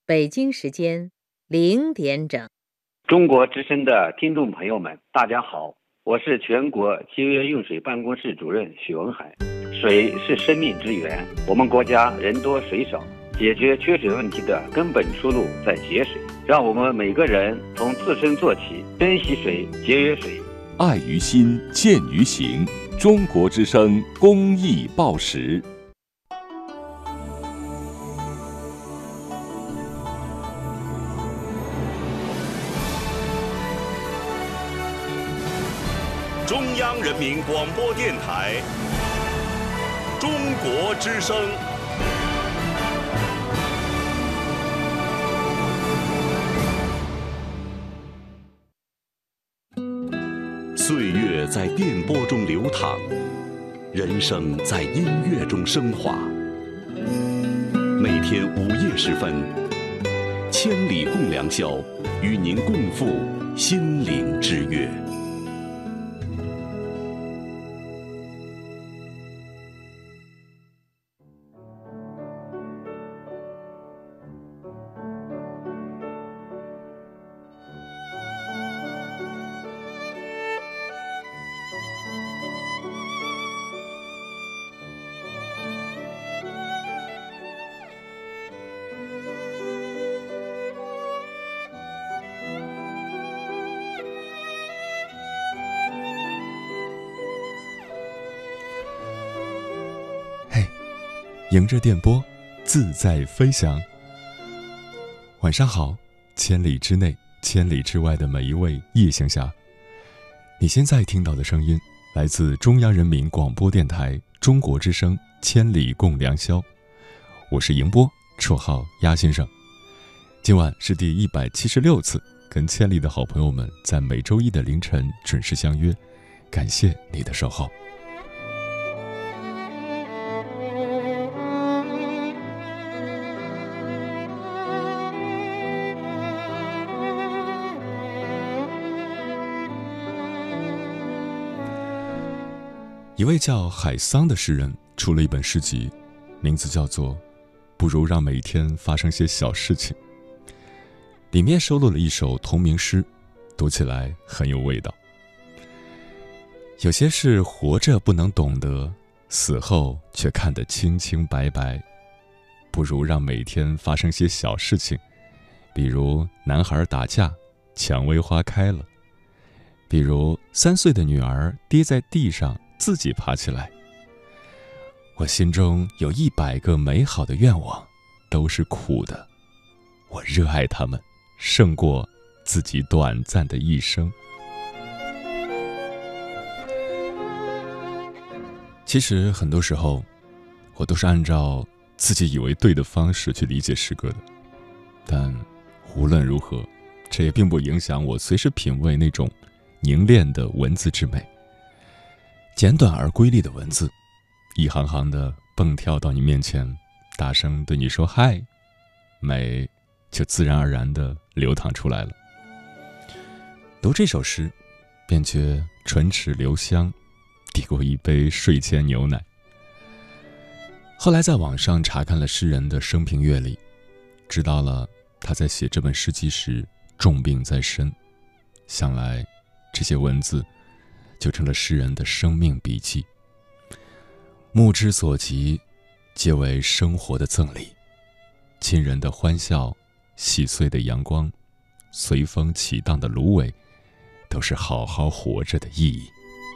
北京时间0点整。 中国之声的听众朋友们，大家好，我是全国节约用水办公室主任许文海。水是生命之源，我们国家人多水少，解决缺水问题的根本出路在节水。让我们每个人从自身做起，珍惜水，节约水。 爱于心，见于行。中国之声公益报时。 中央人民广播电台中国之声。岁月在电波中流淌，人生在音乐中升华。每天午夜时分，千里共良宵，与您共赴心灵之约。 迎着电波，自在飞翔。晚上好，千里之内，千里之外的每一位夜行侠。你现在听到的声音来自中央人民广播电台中国之声千里共良宵，我是迎波，绰号鸭先生。今晚是第176次跟千里的好朋友们在每周一的凌晨准时相约，感谢你的守候。一位叫海桑的诗人出了一本诗集，名字叫做《不如让每天发生些小事情》，里面收录了一首同名诗，读起来很有味道。有些事活着不能懂得，死后却看得清清白白，不如让每天发生些小事情，比如男孩打架，蔷薇花开了；比如3岁的女儿跌在地上自己爬起来。我心中有100个美好的愿望，都是苦的，我热爱他们，胜过自己短暂的一生。其实很多时候，我都是按照自己以为对的方式去理解诗歌的，但无论如何，这也并不影响我随时品味那种凝练的文字之美。简短而瑰丽的文字，一行行的蹦跳到你面前，大声对你说嗨，美就自然而然地流淌出来了。读这首诗，便觉唇齿留香，抵过一杯睡前牛奶。后来在网上查看了诗人的生平阅历，知道了他在写这本诗集时重病在身，想来这些文字就成了诗人的生命笔记，目之所及，皆为生活的赠礼。亲人的欢笑，细碎的阳光，随风起荡的芦苇，都是好好活着的意义。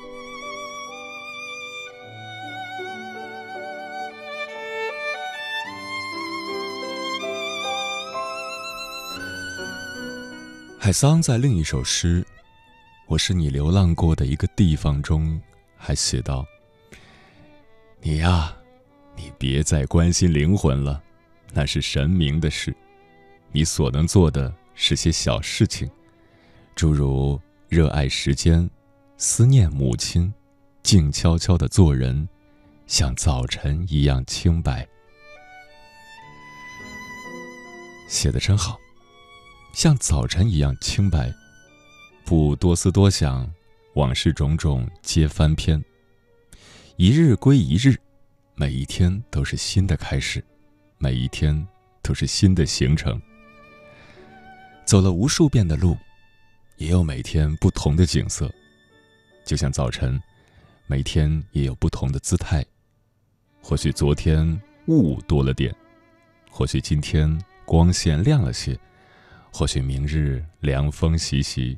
海桑在另一首诗我是你流浪过的一个地方中还写道，你呀，你别再关心灵魂了，那是神明的事，你所能做的是些小事情，诸如热爱时间，思念母亲，静悄悄地做人，像早晨一样清白。写得真好，像早晨一样清白，不多思多想，往事种种皆翻篇，一日归一日，每一天都是新的开始，每一天都是新的行程。 走了无数遍的路，也有每天不同的景色。就像早晨，每天也有不同的姿态。或许昨天雾多了点，或许今天光线亮了些，或许明日凉风习习。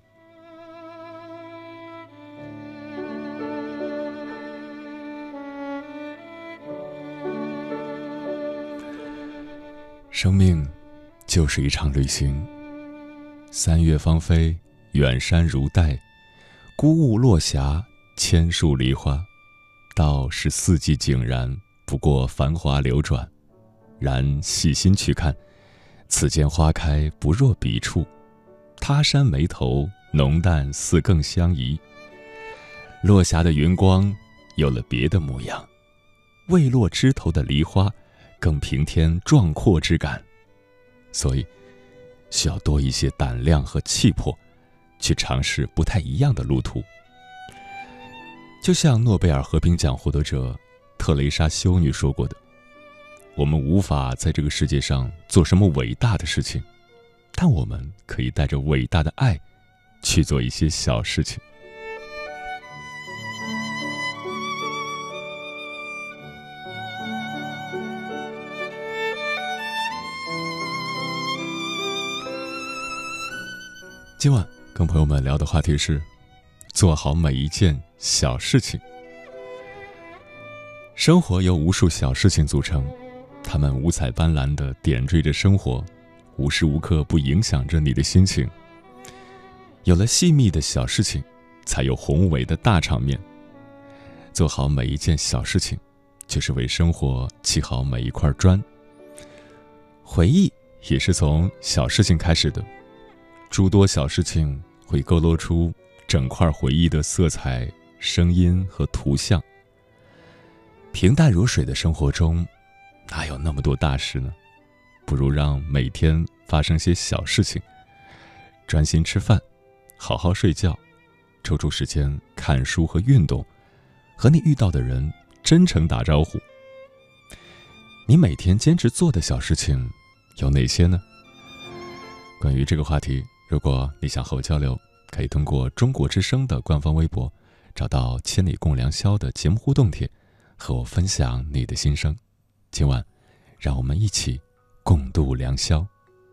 生命就是一场旅行，三月芳菲，远山如黛，孤雾落霞，千树梨花。道是四季井然，不过繁华流转。然细心去看，此间花开不若彼处，他山眉头，浓淡似更相宜。落霞的云光有了别的模样，未落枝头的梨花更平添壮阔之感。所以需要多一些胆量和气魄，去尝试不太一样的路途。就像诺贝尔和平奖获得者特蕾莎修女说过的，我们无法在这个世界上做什么伟大的事情，但我们可以带着伟大的爱去做一些小事情。今晚跟朋友们聊的话题是做好每一件小事情。生活由无数小事情组成，它们五彩斑斓地点缀着生活，无时无刻不影响着你的心情。有了细密的小事情，才有宏伟的大场面。做好每一件小事情，就是为生活砌好每一块砖。回忆也是从小事情开始的，诸多小事情会勾勒出整块回忆的色彩、声音和图像。平淡如水的生活中，哪有那么多大事呢？不如让每天发生些小事情，专心吃饭，好好睡觉，抽出时间看书和运动，和你遇到的人真诚打招呼。你每天坚持做的小事情有哪些呢？关于这个话题，如果你想和我交流，可以通过中国之声的官方微博找到千里共良宵的节目互动帖，和我分享你的心声。今晚让我们一起共度良宵。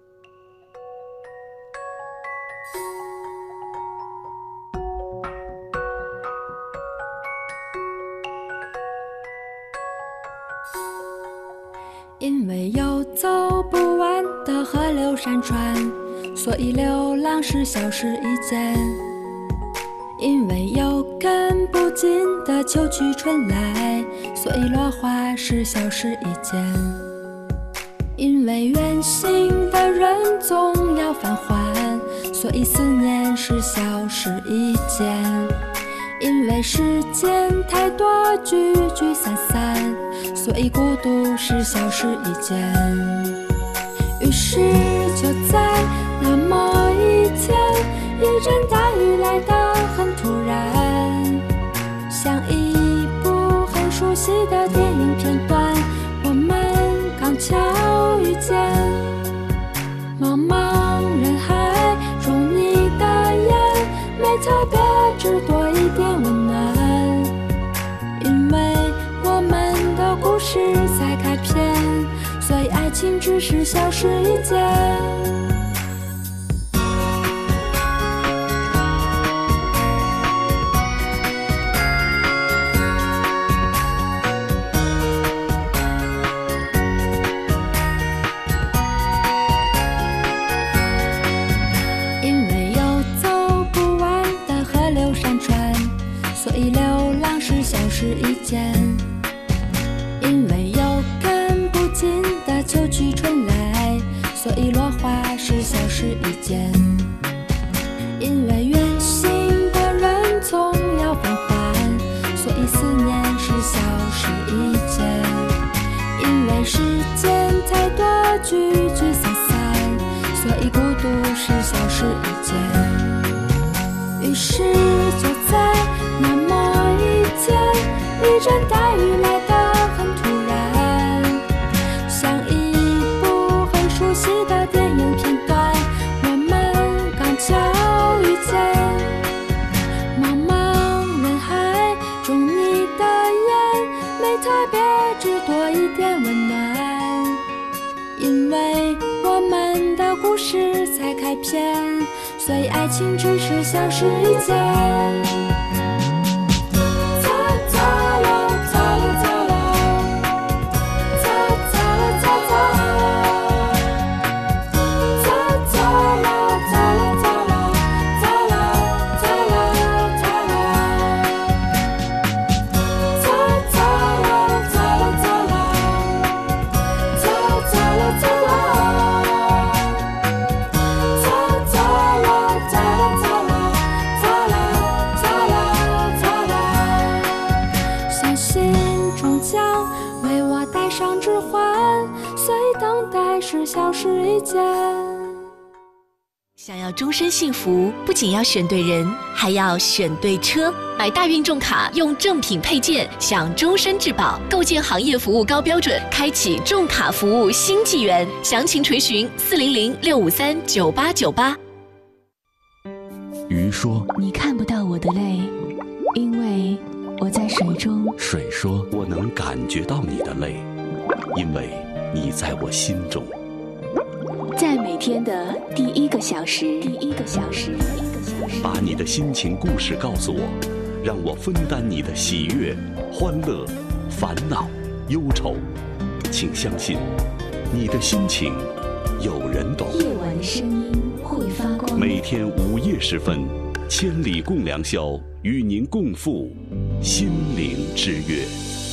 因为有走不完的河流山川，所以流浪是小事一件。因为有跟不尽的秋去春来，所以落花是小事一件。因为远行的人总要返还，所以思念是小事一件。因为世间太多聚聚散散，所以孤独是小事一件。于是就在那么一天，一阵大雨来得很突然，像一部很熟悉的电影片段，我们刚巧遇见。茫茫人海中，你的眼没特别，只多一点温暖。因为我们的故事才开篇，所以爱情只是小事一件。所以流浪是小事一件。因为有跟不尽的秋去春来，所以落花是小事一件。因为远行的人总要返还，所以思念是小事一件。因为世间太多聚聚散散，所以孤独是小事一件。于是就在那么一天，一阵大雨来得很突然，像一部很熟悉的电影片段，我们点温暖，因为我们的故事才开篇，所以爱情只是小事一件。小事一件。 想要终身幸福，不仅要选对人，还要选对车。买大运重卡，用正品配件，享终身质保，构建行业服务高标准，开启重卡服务新纪元。详情垂询400-653-9898。 鱼说：“ 你看不到我的泪，因为我在水中。” 水说：“我能感觉到你的泪，因为你在我心中。” 在每天的第一个小时， 把你的心情故事告诉我，让我分担你的喜悦、欢乐、烦恼、忧愁。请相信，你的心情有人懂。 夜晚的声音会发光。 每天午夜时分，千里共良宵，与您共赴心灵之约。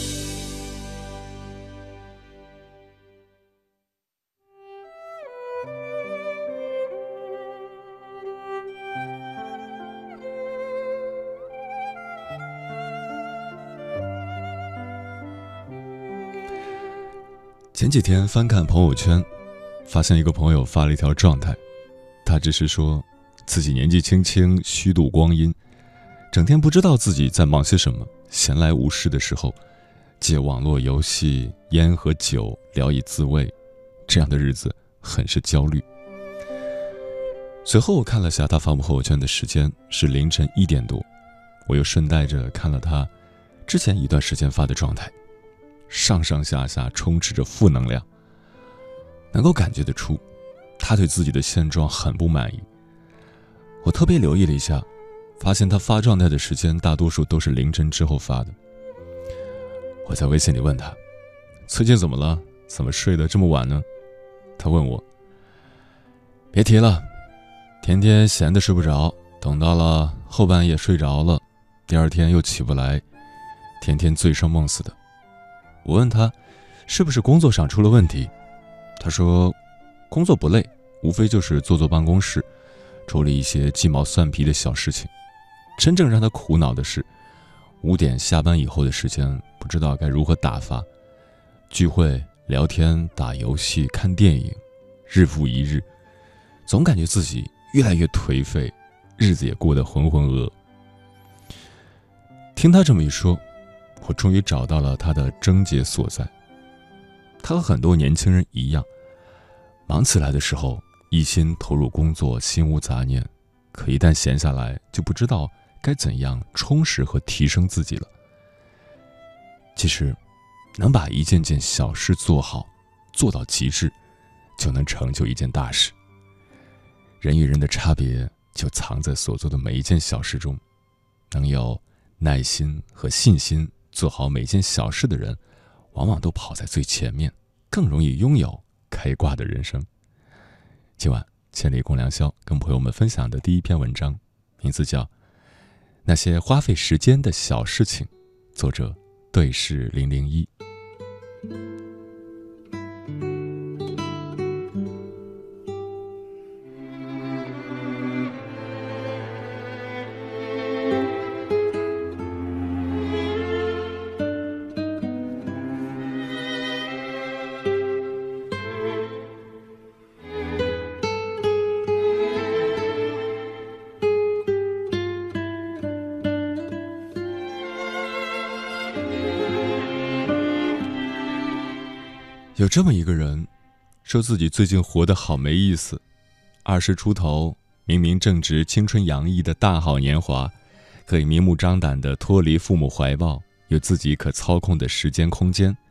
前几天翻看朋友圈，发现一个朋友发了一条状态，他只是说自己年纪轻轻虚度光阴，整天不知道自己在忙些什么，闲来无事的时候借网络游戏、烟和酒聊以自慰，这样的日子很是焦虑。随后我看了下他发朋友圈的时间是凌晨1点多，我又顺带着看了他之前一段时间发的状态，上上下下充斥着负能量，能够感觉得出他对自己的现状很不满意。我特别留意了一下，发现他发状态的时间大多数都是凌晨之后发的。我在微信里问他，最近怎么了？怎么睡得这么晚呢？他问我，别提了，天天闲得睡不着，等到了后半夜睡着了，第二天又起不来，天天醉生梦死的。我问他是不是工作上出了问题，他说工作不累，无非就是坐办公室处理一些鸡毛蒜皮的小事情。真正让他苦恼的是5点下班以后的时间不知道该如何打发，聚会、聊天、打游戏、看电影，日复一日，总感觉自己越来越颓废，日子也过得浑浑噩噩。听他这么一说，我终于找到了他的症结所在。他和很多年轻人一样，忙起来的时候一心投入工作，心无杂念，可一旦闲下来就不知道该怎样充实和提升自己了。其实能把一件件小事做好，做到极致，就能成就一件大事。人与人的差别就藏在所做的每一件小事中，能有耐心和信心做好每件小事的人，往往都跑在最前面，更容易拥有开挂的人生。今晚千里共良宵跟朋友们分享的第一篇文章，名字叫《那些花费时间的小事情》，作者对视001。有这么一个人，说自己最近活得好没意思，20出头，明明正值青春洋溢的大好年华，可以明目张胆地脱离父母怀抱，有自己可操控的时间空间，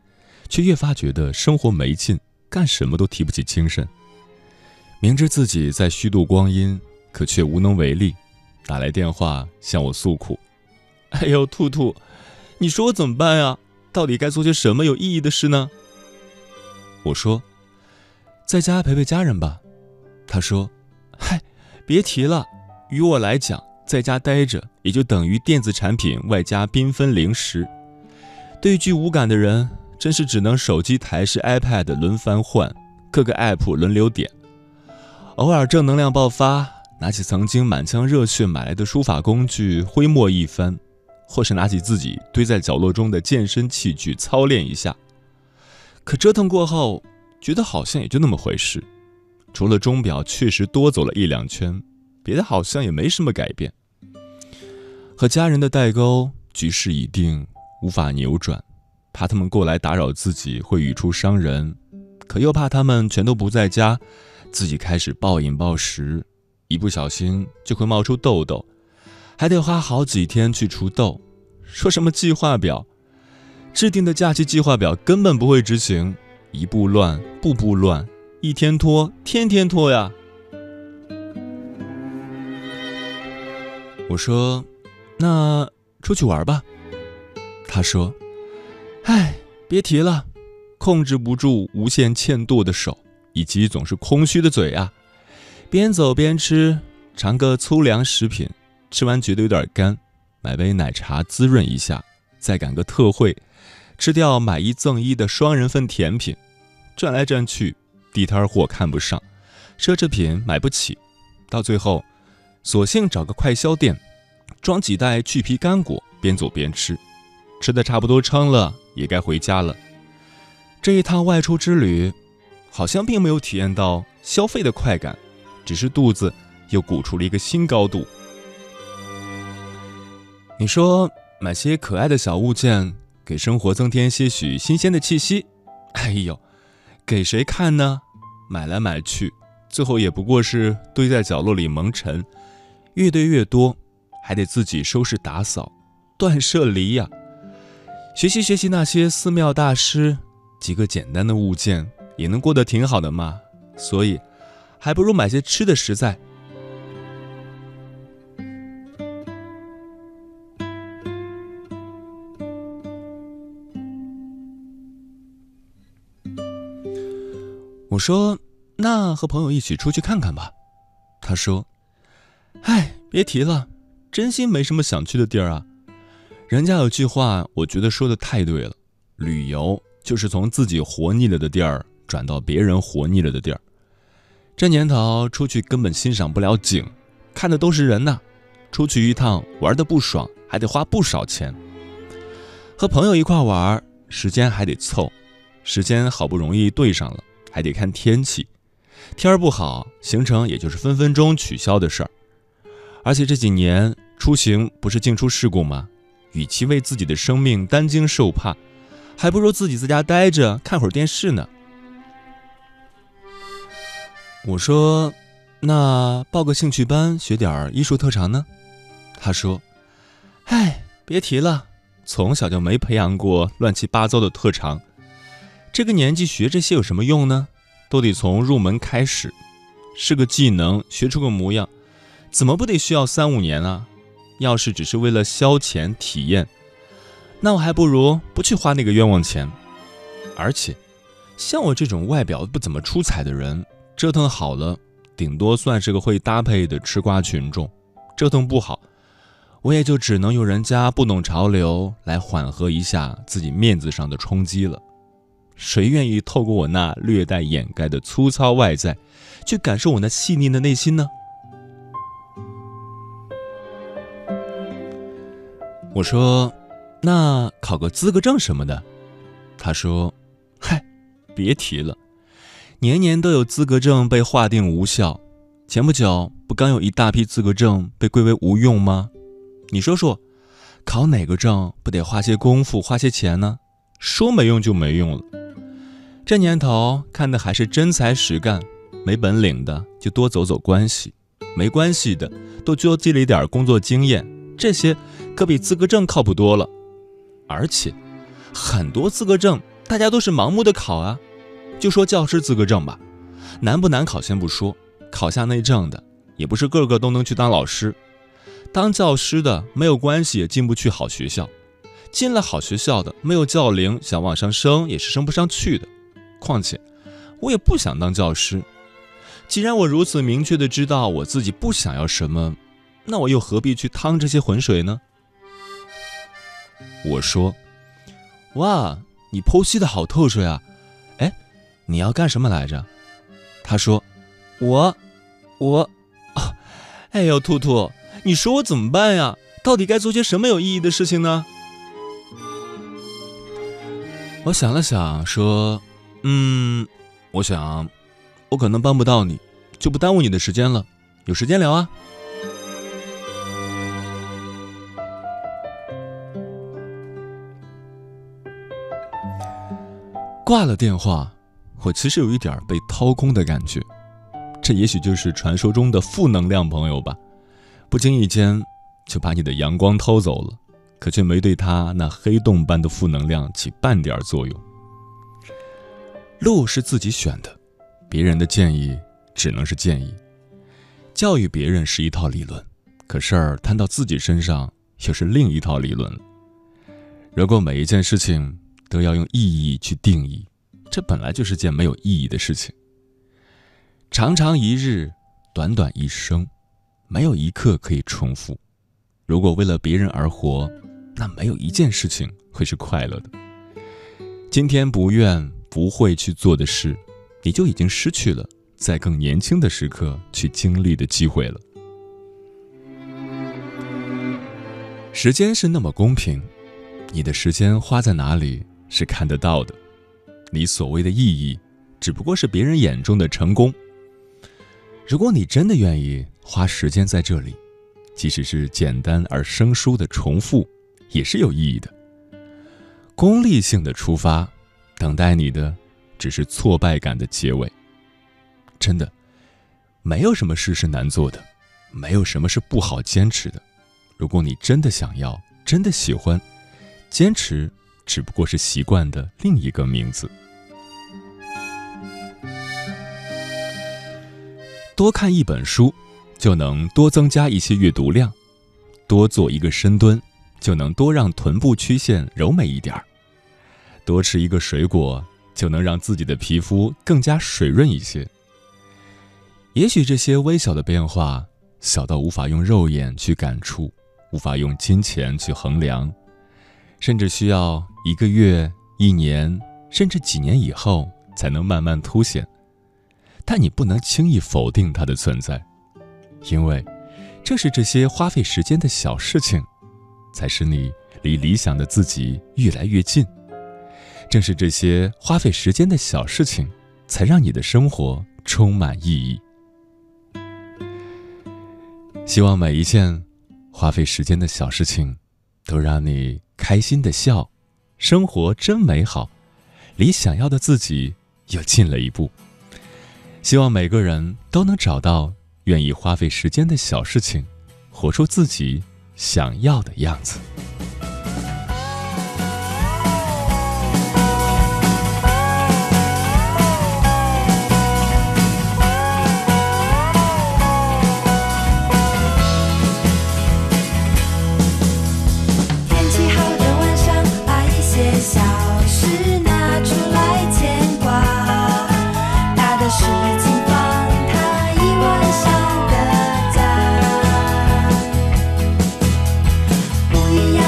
却越发觉得生活没劲，干什么都提不起精神。明知自己在虚度光阴，可却无能为力，打来电话向我诉苦：“哎呦，兔兔，你说我怎么办啊？到底该做些什么有意义的事呢？”我说：“在家陪陪家人吧。”他说：“嗨，别提了，于我来讲，在家待着也就等于电子产品外加缤纷零食。对剧无感的人，真是只能手机、台式 iPad 轮番换，各个 app 轮流点。偶尔正能量爆发，拿起曾经满腔热血买来的书法工具挥墨一番，或是拿起自己堆在角落中的健身器具操练一下。可折腾过后，觉得好像也就那么回事，除了钟表确实多走了1-2圈，别的好像也没什么改变。和家人的代沟，局势已定，无法扭转，怕他们过来打扰自己会语出伤人，可又怕他们全都不在家，自己开始暴饮暴食，一不小心就会冒出痘痘，还得花好几天去除痘。说什么计划表，制定的假期计划表根本不会执行，一步乱，步步乱，一天拖，天天拖呀。我说：“那出去玩吧。”他说：“哎，别提了，控制不住无限欠剁的手，以及总是空虚的嘴啊。边走边吃，尝个粗粮食品，吃完觉得有点干，买杯奶茶滋润一下，再赶个特惠，吃掉买1赠1的双人份甜品，转来转去，地摊货看不上，奢侈品买不起，到最后索性找个快消店，装几袋去皮干果，边走边吃，吃得差不多撑了，也该回家了。这一趟外出之旅，好像并没有体验到消费的快感，只是肚子又鼓出了一个新高度。你说买些可爱的小物件，给生活增添些许新鲜的气息，哎呦，给谁看呢？买来买去，最后也不过是堆在角落里蒙尘，越堆越多，还得自己收拾打扫，断舍离呀。学习那些寺庙大师，几个简单的物件也能过得挺好的嘛，所以还不如买些吃的实在。我说：“那和朋友一起出去看看吧。”他说：“哎，别提了，真心没什么想去的地儿啊。人家有句话，我觉得说的太对了，旅游就是从自己活腻了的地儿转到别人活腻了的地儿。这年头出去根本欣赏不了景，看的都是人呐。出去一趟玩得不爽，还得花不少钱。和朋友一块玩，时间还得凑，时间好不容易对上了，还得看天气，天儿不好，行程也就是分分钟取消的事儿。而且这几年出行不是净出事故吗？与其为自己的生命担惊受怕，还不如自己在家待着看会儿电视呢。我说：“那报个兴趣班学点艺术特长呢？”他说：“哎，别提了，从小就没培养过乱七八糟的特长，这个年纪学这些有什么用呢？都得从入门开始，是个技能，学出个模样，怎么不得需要3-5年啊？要是只是为了消遣体验，那我还不如不去花那个冤枉钱。而且像我这种外表不怎么出彩的人，折腾好了顶多算是个会搭配的吃瓜群众，折腾不好，我也就只能用人家不懂潮流来缓和一下自己面子上的冲击了。谁愿意透过我那略带掩盖的粗糙外在，去感受我那细腻的内心呢？”我说：“那考个资格证什么的。”他说：“嗨，别提了，年年都有资格证被划定无效，前不久不刚有一大批资格证被归为无用吗？你说说，考哪个证不得花些功夫花些钱呢？说没用就没用了。这年头看的还是真才实干，没本领的就多走走关系，没关系的都多积累点工作经验，这些可比资格证靠谱多了。而且很多资格证大家都是盲目的考啊。就说教师资格证吧，难不难考先不说，考下那证的也不是个个都能去当老师。当教师的没有关系也进不去好学校，进了好学校的没有教龄想往上升也是升不上去的。况且我也不想当教师，既然我如此明确的知道我自己不想要什么，那我又何必去趟这些浑水呢？我说，哇，你剖析的好透彻呀，你要干什么来着？他说，哎呦，兔兔，你说我怎么办呀？到底该做些什么有意义的事情呢？我想了想说，我想我可能帮不到你，就不耽误你的时间了，有时间聊啊。挂了电话，我其实有一点被掏空的感觉，这也许就是传说中的负能量朋友吧，不经意间就把你的阳光偷走了，可却没对他那黑洞般的负能量起半点作用。路是自己选的，别人的建议只能是建议。教育别人是一套理论，可事儿摊到自己身上又是另一套理论了。如果每一件事情都要用意义去定义，这本来就是件没有意义的事情。长长一日，短短一生，没有一刻可以重复。如果为了别人而活，那没有一件事情会是快乐的。今天不愿不会去做的事，你就已经失去了在更年轻的时刻去经历的机会了。时间是那么公平，你的时间花在哪里是看得到的，你所谓的意义只不过是别人眼中的成功。如果你真的愿意花时间在这里，即使是简单而生疏的重复，也是有意义的。功利性的出发，等待你的只是挫败感的结尾。真的，没有什么事是难做的，没有什么是不好坚持的。如果你真的想要，真的喜欢，坚持只不过是习惯的另一个名字。多看一本书，就能多增加一些阅读量；多做一个深蹲，就能多让臀部曲线柔美一点；多吃一个水果，就能让自己的皮肤更加水润一些。也许这些微小的变化，小到无法用肉眼去感触，无法用金钱去衡量，甚至需要1个月、1年，甚至几年以后才能慢慢凸显。但你不能轻易否定它的存在，因为正是这些花费时间的小事情，才使你离理想的自己越来越近。正是这些花费时间的小事情，才让你的生活充满意义。希望每一件花费时间的小事情，都让你开心的笑，生活真美好，离想要的自己又近了一步。希望每个人都能找到愿意花费时间的小事情，活出自己想要的样子。 天气好的晚上，把一些小事拿出来牵挂，大的事情放它一晚上的假，不一样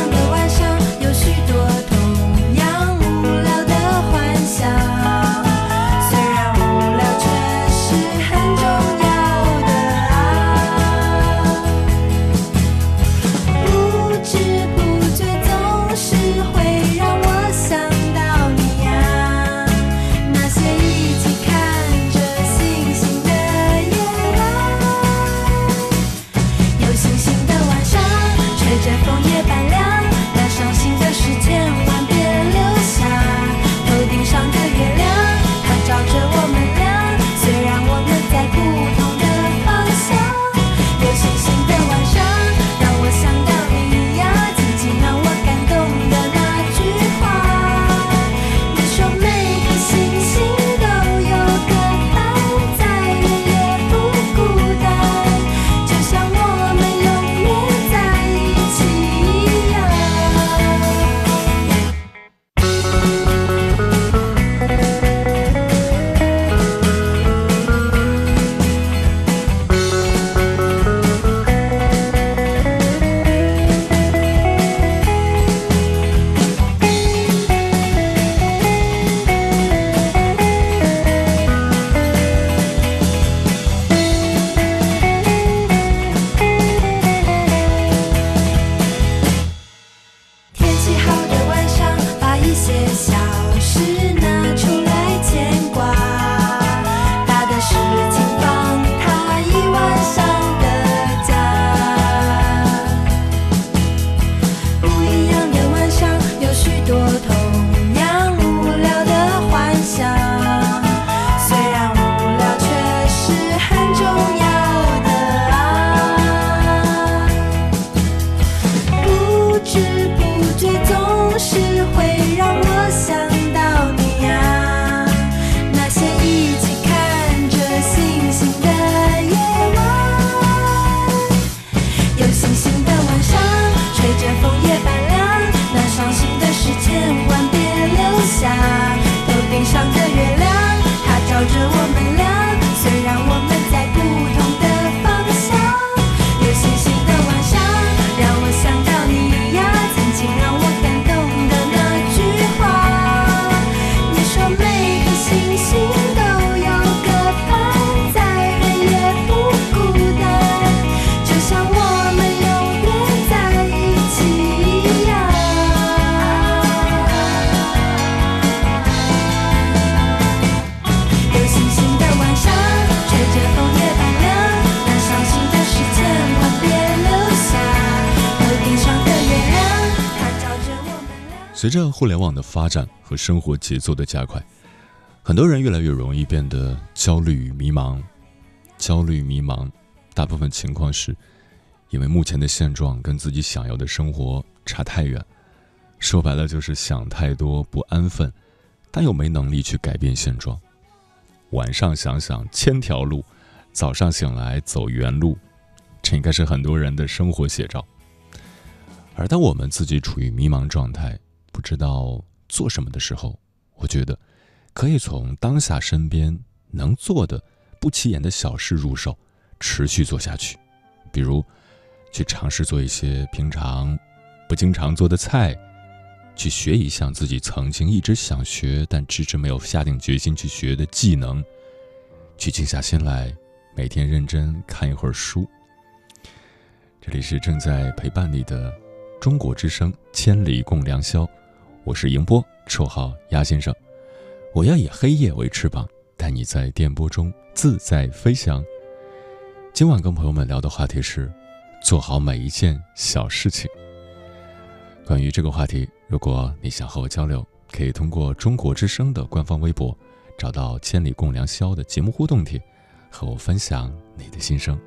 随着互联网的发展和生活节奏的加快，很多人越来越容易变得焦虑与迷茫。焦虑迷茫，大部分情况是因为目前的现状跟自己想要的生活差太远，说白了就是想太多，不安分，但又没能力去改变现状。晚上想想千条路，早上醒来走原路，这应该是很多人的生活写照。而当我们自己处于迷茫状态，不知道做什么的时候，我觉得可以从当下身边能做的不起眼的小事入手，持续做下去。比如去尝试做一些平常不经常做的菜，去学一项自己曾经一直想学但迟迟没有下定决心去学的技能，去静下心来每天认真看一会儿书。这里是正在陪伴你的中国之声千里共良宵，我是迎波，绰号鸭先生。我要以黑夜为翅膀，带你在电波中自在飞翔。今晚跟朋友们聊的话题是做好每一件小事情。关于这个话题，如果你想和我交流，可以通过中国之声的官方微博找到千里共良宵的节目互动帖，和我分享你的心声。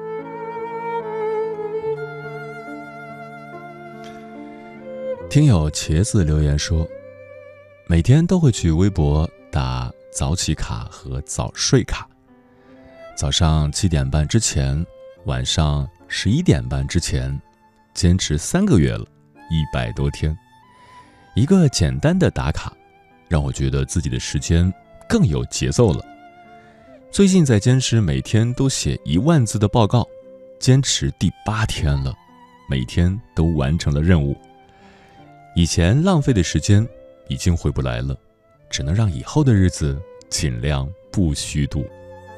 听友茄子留言说，每天都会去微博打早起卡和早睡卡，早上7点半之前，晚上11点半之前，坚持3个月了，100多天。一个简单的打卡，让我觉得自己的时间更有节奏了。最近在坚持每天都写1万字的报告，坚持第8天了，每天都完成了任务。以前浪费的时间已经回不来了，只能让以后的日子尽量不虚度。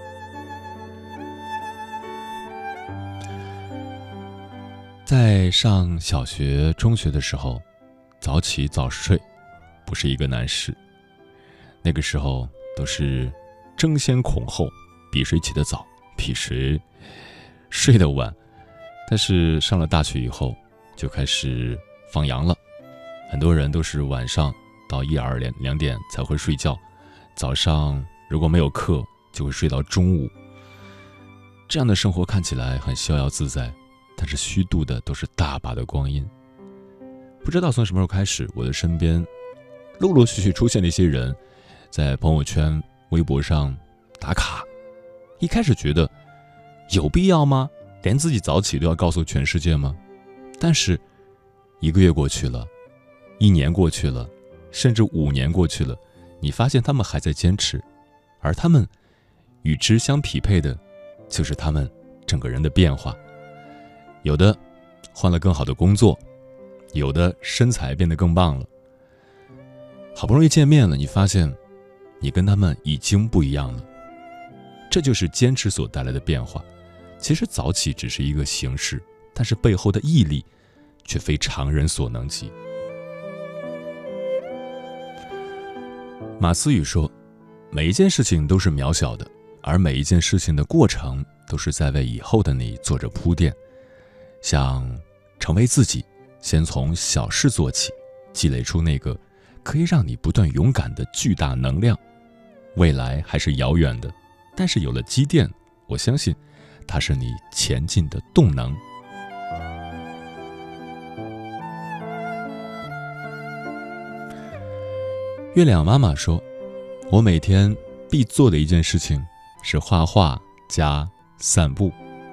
在上小学、中学的时候，早起早睡不是一个难事。那个时候都是争先恐后，比谁起得早，比谁睡得晚。但是上了大学以后，就开始放羊了。很多人都是晚上到1、2点才会睡觉，早上如果没有课，就会睡到中午。这样的生活看起来很逍遥自在，但是虚度的都是大把的光阴。不知道从什么时候开始，我的身边陆陆续续出现了一些人在朋友圈、微博上打卡。一开始觉得有必要吗？连自己早起都要告诉全世界吗？但是1个月过去了，1年过去了，甚至5年过去了，你发现他们还在坚持，而他们与之相匹配的就是他们整个人的变化。有的换了更好的工作，有的身材变得更棒了。好不容易见面了，你发现你跟他们已经不一样了。这就是坚持所带来的变化。其实早起只是一个形式，但是背后的毅力却非常人所能及。马思雨说，每一件事情都是渺小的，而每一件事情的过程都是在为以后的你做着铺垫。想成为自己，先从小事做起，积累出那个可以让你不断勇敢的巨大能量。未来还是遥远的，但是有了积淀，我相信它是你前进的动能。月亮妈妈说，我每天必做的一件事情是画画加散步。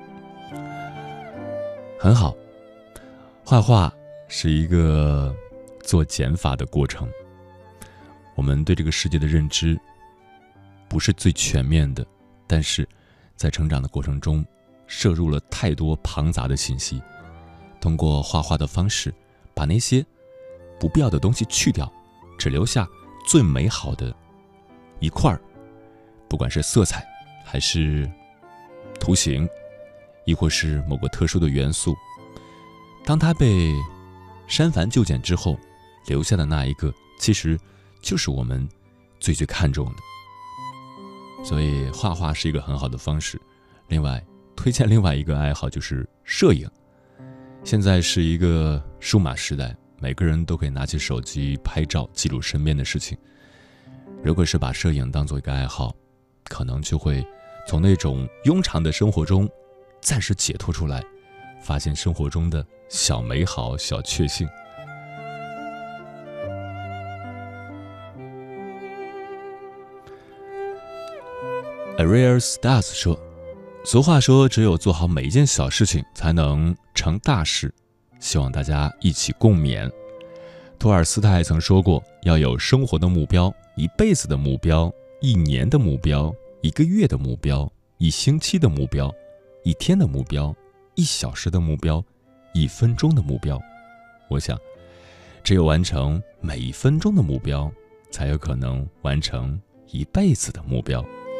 很好，画画是一个做减法的过程。我们对这个世界的认知不是最全面的，但是在成长的过程中摄入了太多庞杂的信息，通过画画的方式把那些不必要的东西去掉，只留下最美好的一块，不管是色彩还是图形，亦或是某个特殊的元素，当它被删繁就简之后，留下的那一个其实就是我们最看重的。所以画画是一个很好的方式。另外推荐另外一个爱好，就是摄影。现在是一个数码时代， 每个人都可以拿起手机拍照记录身边的事情。如果是把摄影当做一个爱好，可能就会从那种庸常的生活中暂时解脱出来，发现生活中的小美好、小确幸。Ariel Stars 说，俗话说只有做好每一件小事情才能成大事，希望大家一起共勉。托尔斯泰曾说过，要有生活的目标，一辈子的目标，一年的目标，一个月的目标，一星期的目标，一天的目标，1小时的目标，1分钟的目标。我想，只有完成每1分钟的目标，才有可能完成一辈子的目标。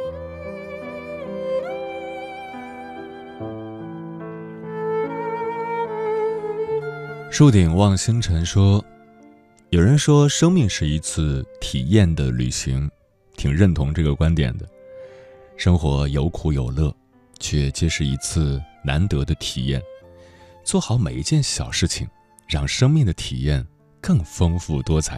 树顶望星辰说，有人说生命是一次体验的旅行，挺认同这个观点的。生活有苦有乐，却皆是一次难得的体验。做好每一件小事情，让生命的体验更丰富多彩。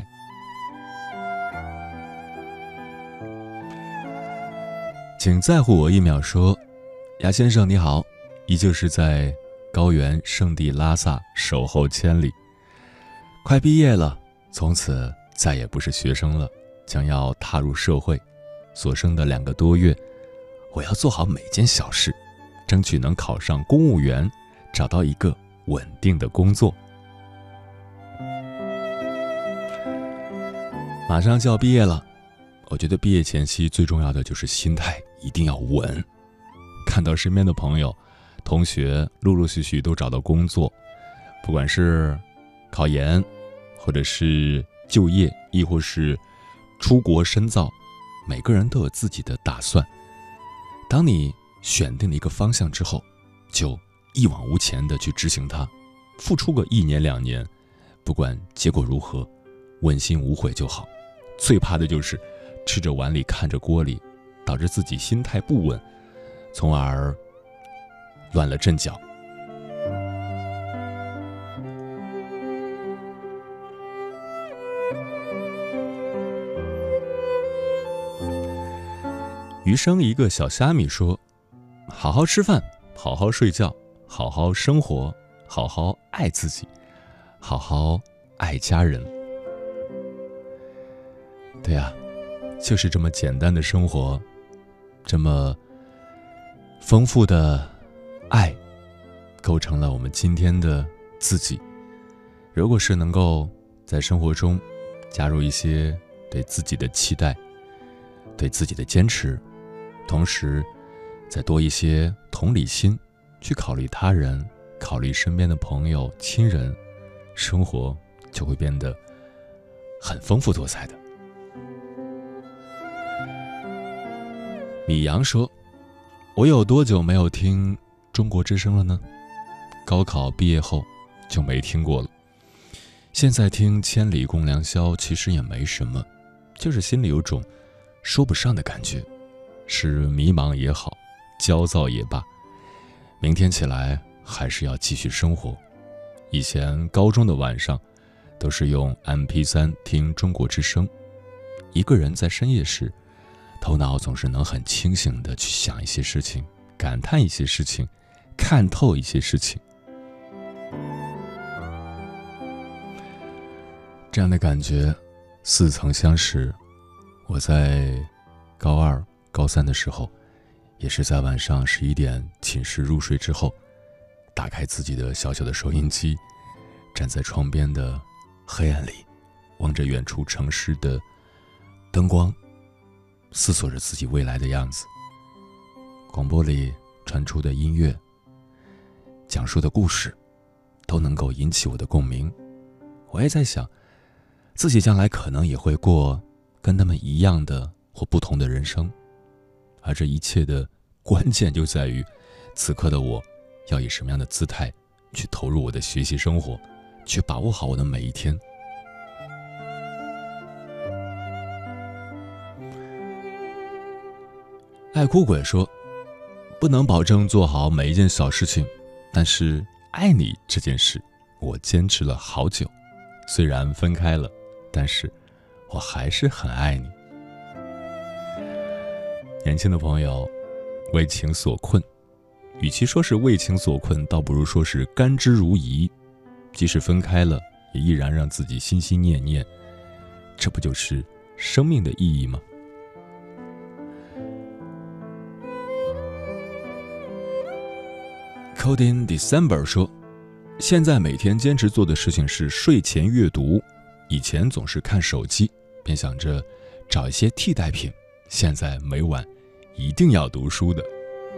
请在乎我1秒说，牙先生你好，依旧是在高原圣地拉萨守候千里，快毕业了，从此再也不是学生了，将要踏入社会。所剩的2个多月，我要做好每件小事，争取能考上公务员，找到一个稳定的工作。马上就要毕业了，我觉得毕业前夕最重要的就是心态一定要稳。看到身边的朋友同学陆陆续续都找到工作，不管是考研，或者是就业，亦或是出国深造，每个人都有自己的打算。当你选定了一个方向之后，就一往无前的去执行它，付出个1年2年，不管结果如何，问心无悔就好。最怕的就是吃着碗里看着锅里，导致自己心态不稳，从而乱了阵脚。余生一个小虾米说，好好吃饭，好好睡觉，好好生活，好好爱自己，好好爱家人。对呀，就是这么简单的生活，这么丰富的爱，构成了我们今天的自己。如果是能够在生活中加入一些对自己的期待，对自己的坚持，同时再多一些同理心，去考虑他人，考虑身边的朋友亲人，生活就会变得很丰富多彩的。米阳说，我有多久没有听中国之声了呢？高考毕业后就没听过了。现在听千里共良宵其实也没什么，就是心里有种说不上的感觉，是迷茫也好，焦躁也罢，明天起来还是要继续生活。以前高中的晚上都是用 MP3 听中国之声，一个人在深夜时，头脑总是能很清醒地去想一些事情，感叹一些事情，看透一些事情。这样的感觉似曾相识。我在高2、高3的时候，也是在晚上11点寝室入睡之后，打开自己的小小的收音机，站在窗边的黑暗里，望着远处城市的灯光，思索着自己未来的样子。广播里传出的音乐，讲述的故事，都能够引起我的共鸣。我也在想，自己将来可能也会过跟他们一样的或不同的人生，而这一切的关键就在于，此刻的我要以什么样的姿态去投入我的学习生活，去把握好我的每一天。爱哭鬼说，不能保证做好每一件小事情，但是爱你这件事，我坚持了好久， 虽然分开了，但是我还是很爱你。年轻的朋友为情所困，与其说是为情所困，倒不如说是甘之如饴。即使分开了，也依然让自己心心念念，这不就是生命的意义吗？Coding December 说，现在每天坚持做的事情是睡前阅读，以前总是看手机，便想着找一些替代品，现在每晚一定要读书的。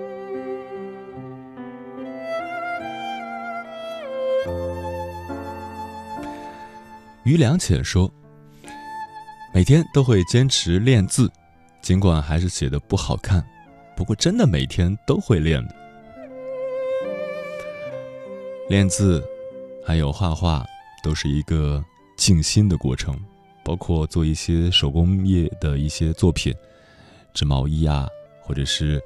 于良浅说，每天都会坚持练字，尽管还是写得不好看，不过真的每天都会练的。练字还有画画都是一个静心的过程，包括做一些手工业的一些作品，织毛衣啊，或者是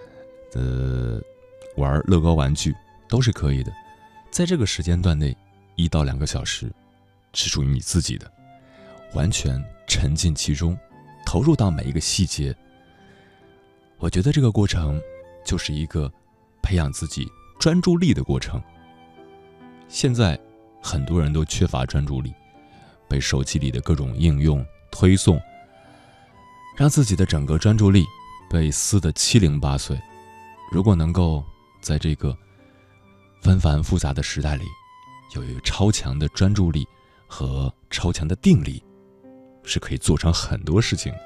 玩乐高玩具都是可以的。在这个时间段内1到2个小时是属于你自己的，完全沉浸其中，投入到每一个细节。我觉得这个过程就是一个培养自己专注力的过程。现在很多人都缺乏专注力，被手机里的各种应用推送，让自己的整个专注力被撕得七零八碎。如果能够在这个纷繁复杂的时代里有一个超强的专注力和超强的定力，是可以做成很多事情的。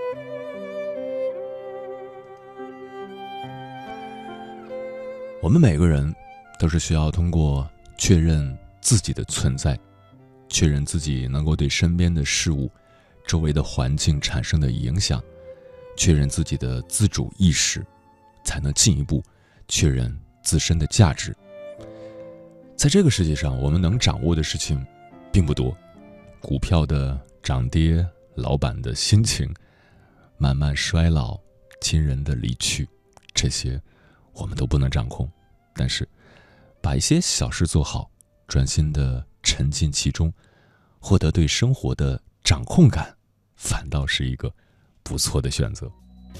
我们每个人都是需要通过确认自己的存在，确认自己能够对身边的事物、周围的环境产生的影响，确认自己的自主意识，才能进一步确认自身的价值。在这个世界上，我们能掌握的事情并不多，股票的涨跌，老板的心情，慢慢衰老，亲人的离去，这些我们都不能掌控。但是把一些小事做好，专心的沉浸其中，获得对生活的掌控感，反倒是一个不错的选择。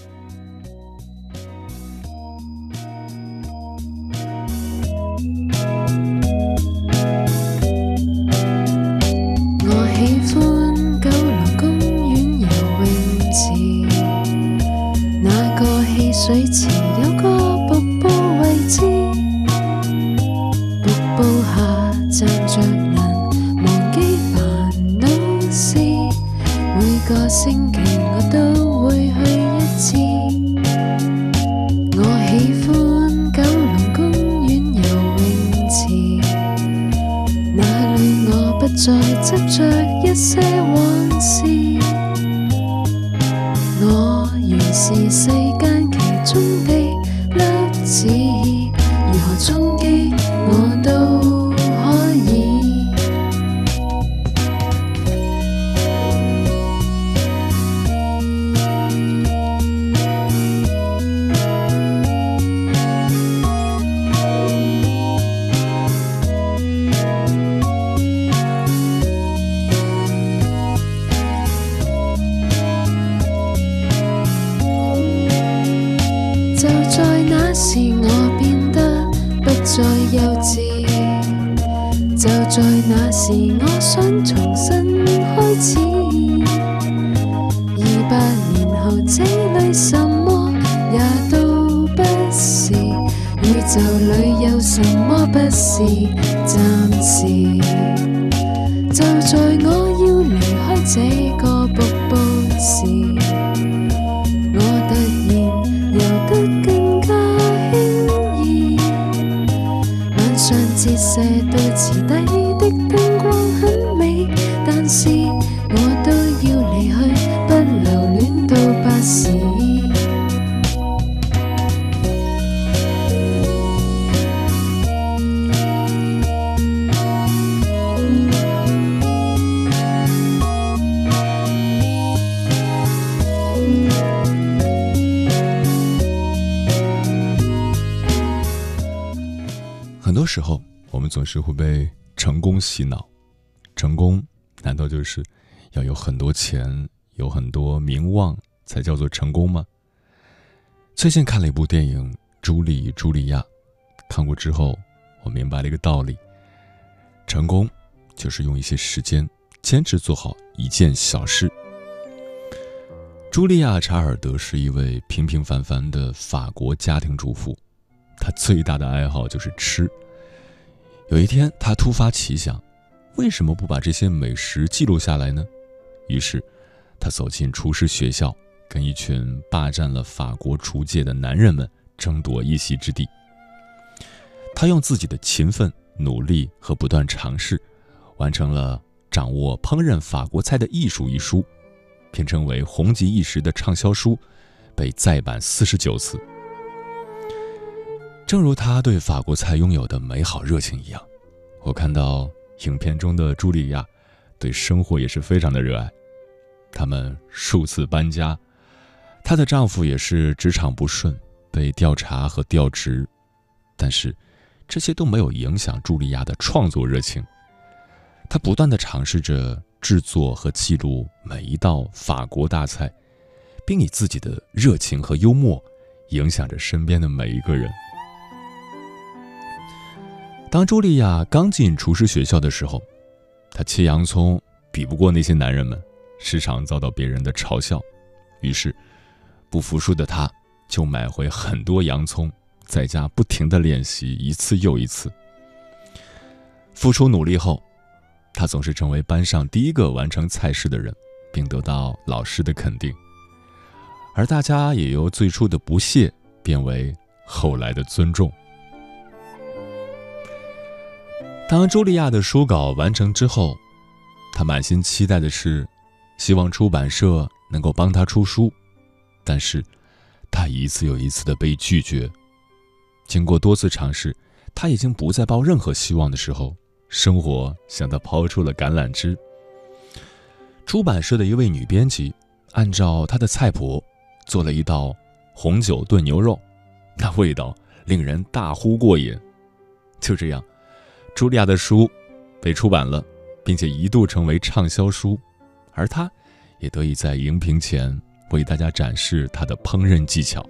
我喜歡九龍公園游泳池，那個汽水池有個瀑布位置，瀑布下站着能忘記煩惱事，每個星期我都會去一次。我喜歡九龍公園游泳池，那裏我不再執着一些往事，我原是世間其中的粒子，如何衝擊我都可以。就在那時我變得不再幼稚，就在那時我想重新開始。28年後這裏什麼也都不是，宇宙裏有什麼不是暫時。就在我要離開這個瀑布時，我突然游得更加輕易，晚上折射到池底的燈光很美，但是我都要離去，不留戀到8時。 很多时候我们总是会被成功洗脑，成功难道就是要有很多钱，有很多名望才叫做成功吗？最近看了一部电影《朱莉与茱莉亚》，看过之后我明白了一个道理，成功就是用一些时间坚持做好一件小事。茱莉亚·查尔德是一位平平凡凡的法国家庭主妇，她最大的爱好就是吃。有一天她突发奇想，为什么不把这些美食记录下来呢？于是她走进厨师学校，跟一群霸占了法国厨界的男人们争夺一席之地。她用自己的勤奋、努力和不断尝试，完成了《掌握烹饪法国菜的艺术》一书，并成为红极一时的畅销书，被再版49次。正如他对法国菜拥有的美好热情一样，我看到影片中的茱莉亚对生活也是非常的热爱。他们数次搬家，她的丈夫也是职场不顺，被调查和调职，但是这些都没有影响茱莉亚的创作热情。她不断地尝试着制作和记录每一道法国大菜，并以自己的热情和幽默影响着身边的每一个人。当茱莉亚刚进厨师学校的时候，她切洋葱比不过那些男人们，时常遭到别人的嘲笑。于是不服输的她就买回很多洋葱，在家不停地练习，一次又一次。付出努力后，她总是成为班上第一个完成菜式的人，并得到老师的肯定。而大家也由最初的不屑变为后来的尊重。当茱莉亚的书稿完成之后，她满心期待的是希望出版社能够帮她出书，但是她一次又一次的被拒绝。经过多次尝试，她已经不再抱任何希望的时候，生活向她抛出了橄榄枝。出版社的一位女编辑按照她的菜谱做了一道红酒炖牛肉，那味道令人大呼过瘾。就这样，茱莉亚的书被出版了，并且一度成为畅销书，而她也得以在荧屏前为大家展示她的烹饪技巧。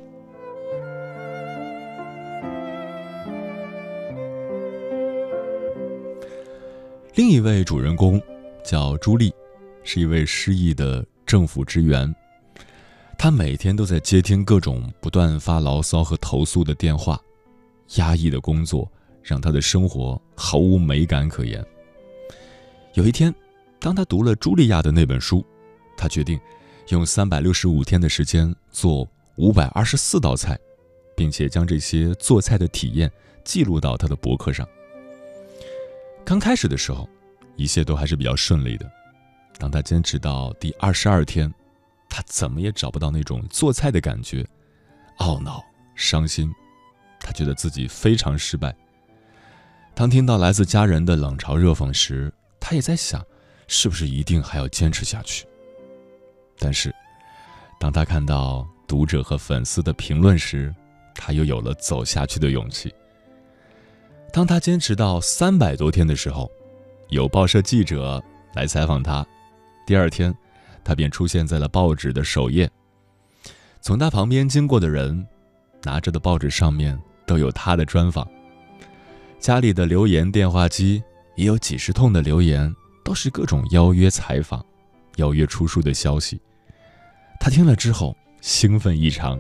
另一位主人公叫朱莉，是一位失意的政府职员。她每天都在接听各种不断发牢骚和投诉的电话，压抑的工作让她的生活毫无美感可言。有一天，当她读了茱莉亚的那本书，她决定用365天的时间做524道菜，并且将这些做菜的体验记录到她的博客上。刚开始的时候，一切都还是比较顺利的。当她坚持到第22天，她怎么也找不到那种做菜的感觉，懊恼、伤心，她觉得自己非常失败。当听到来自家人的冷嘲热讽时，她也在想，是不是一定还要坚持下去？但是，当她看到读者和粉丝的评论时，她又有了走下去的勇气。当她坚持到300多天的时候，有报社记者来采访她，第二天，她便出现在了报纸的首页。从她旁边经过的人，拿着的报纸上面都有她的专访。家里的留言电话机也有几十通的留言，都是各种邀约采访、邀约出书的消息。她听了之后兴奋异常。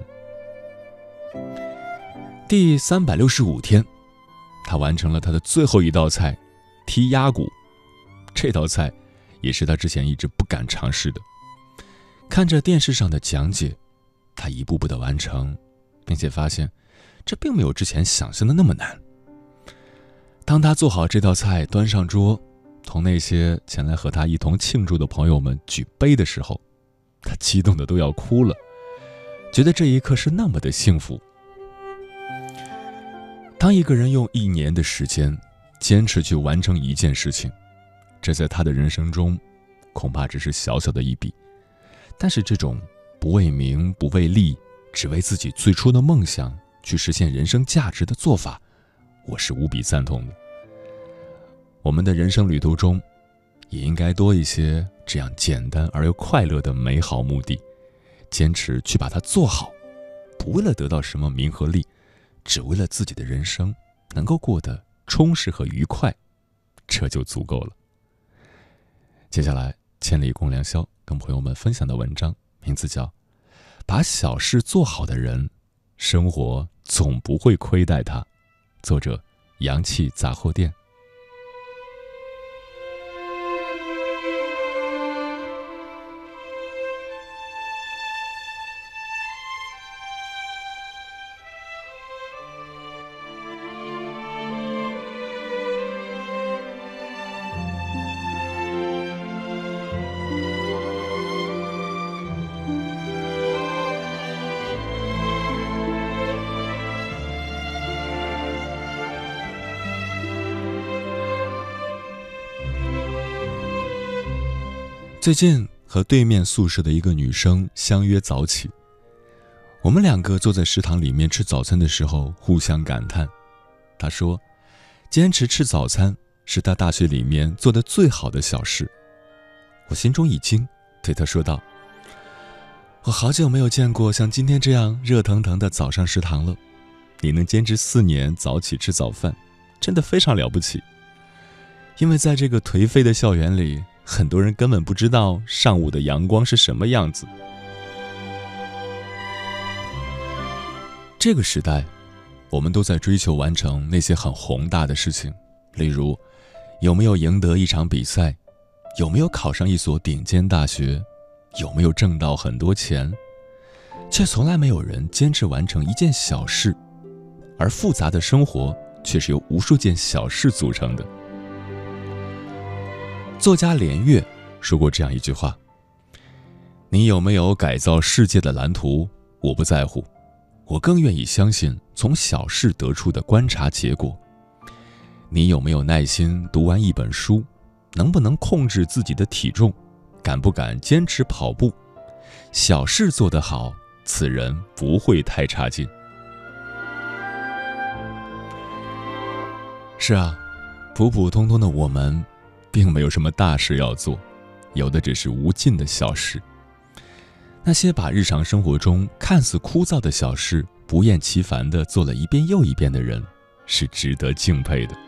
第365天，她完成了她的最后一道菜——剔鸭骨。这道菜也是她之前一直不敢尝试的。看着电视上的讲解，她一步步的完成，并且发现这并没有之前想象的那么难。当她做好这道菜端上桌，同那些前来和她一同庆祝的朋友们举杯的时候，她激动的都要哭了，觉得这一刻是那么的幸福。当一个人用1年的时间坚持去完成一件事情，这在他的人生中恐怕只是小小的一笔，但是这种不为名不为利，只为自己最初的梦想去实现人生价值的做法，我是无比赞同的。我们的人生旅途中， 也应该多一些这样简单而又快乐的美好目的，坚持去把它做好，不为了得到什么名和利，只为了自己的人生能够过得充实和愉快，这就足够了。接下来，千里共良宵跟朋友们分享的文章名字叫《把小事做好的人，生活总不会亏待他》，作者阳气杂货店。最近和对面宿舍的一个女生相约早起，我们两个坐在食堂里面吃早餐的时候互相感叹。她说坚持吃早餐是她大学里面做的最好的小事。我心中一惊，对她说道，我好久没有见过像今天这样热腾腾的早上食堂了，你能坚持4年早起吃早饭，真的非常了不起。因为在这个颓废的校园里，很多人根本不知道上午的阳光是什么样子。这个时代，我们都在追求完成那些很宏大的事情，例如有没有赢得一场比赛，有没有考上一所顶尖大学，有没有挣到很多钱，却从来没有人坚持完成一件小事，而复杂的生活却是由无数件小事组成的。作家连岳说过这样一句话，你有没有改造世界的蓝图，我不在乎，我更愿意相信从小事得出的观察结果。你有没有耐心读完一本书，能不能控制自己的体重，敢不敢坚持跑步，小事做得好，此人不会太差劲。是啊，普普通通的我们并没有什么大事要做，有的只是无尽的小事。那些把日常生活中看似枯燥的小事不厌其烦地做了一遍又一遍的人，是值得敬佩的。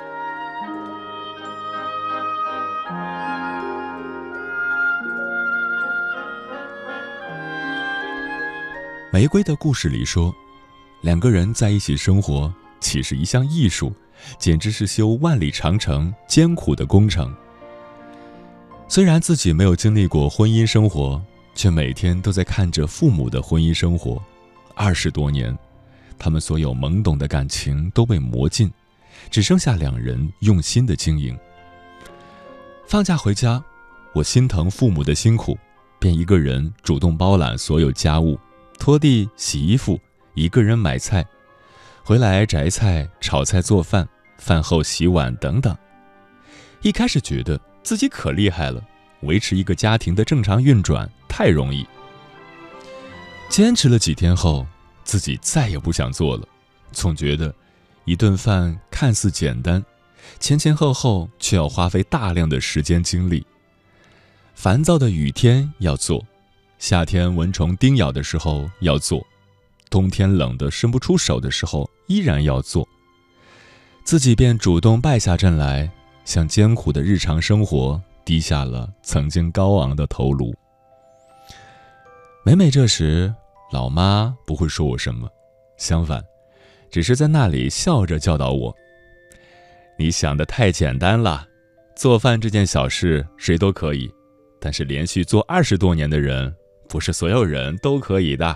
玫瑰的故事里说，两个人在一起生活岂是一项艺术，简直是修万里长城艰苦的工程。虽然自己没有经历过婚姻生活，却每天都在看着父母的婚姻生活，20多年，他们所有懵懂的感情都被磨尽，只剩下两人用心的经营。放假回家，我心疼父母的辛苦，便一个人主动包揽所有家务，拖地、洗衣服，一个人买菜，回来摘菜、炒菜、做饭，饭后洗碗等等。一开始觉得自己可厉害了，维持一个家庭的正常运转太容易。坚持了几天后，自己再也不想做了，总觉得一顿饭看似简单，前前后后却要花费大量的时间精力。烦躁的雨天要做，夏天蚊虫叮咬的时候要做，冬天冷得伸不出手的时候依然要做。自己便主动败下阵来，向艰苦的日常生活低下了曾经高昂的头颅。每每这时，老妈不会说我什么，相反，只是在那里笑着教导我，你想得太简单了，做饭这件小事谁都可以，但是连续做20多年的人，不是所有人都可以的。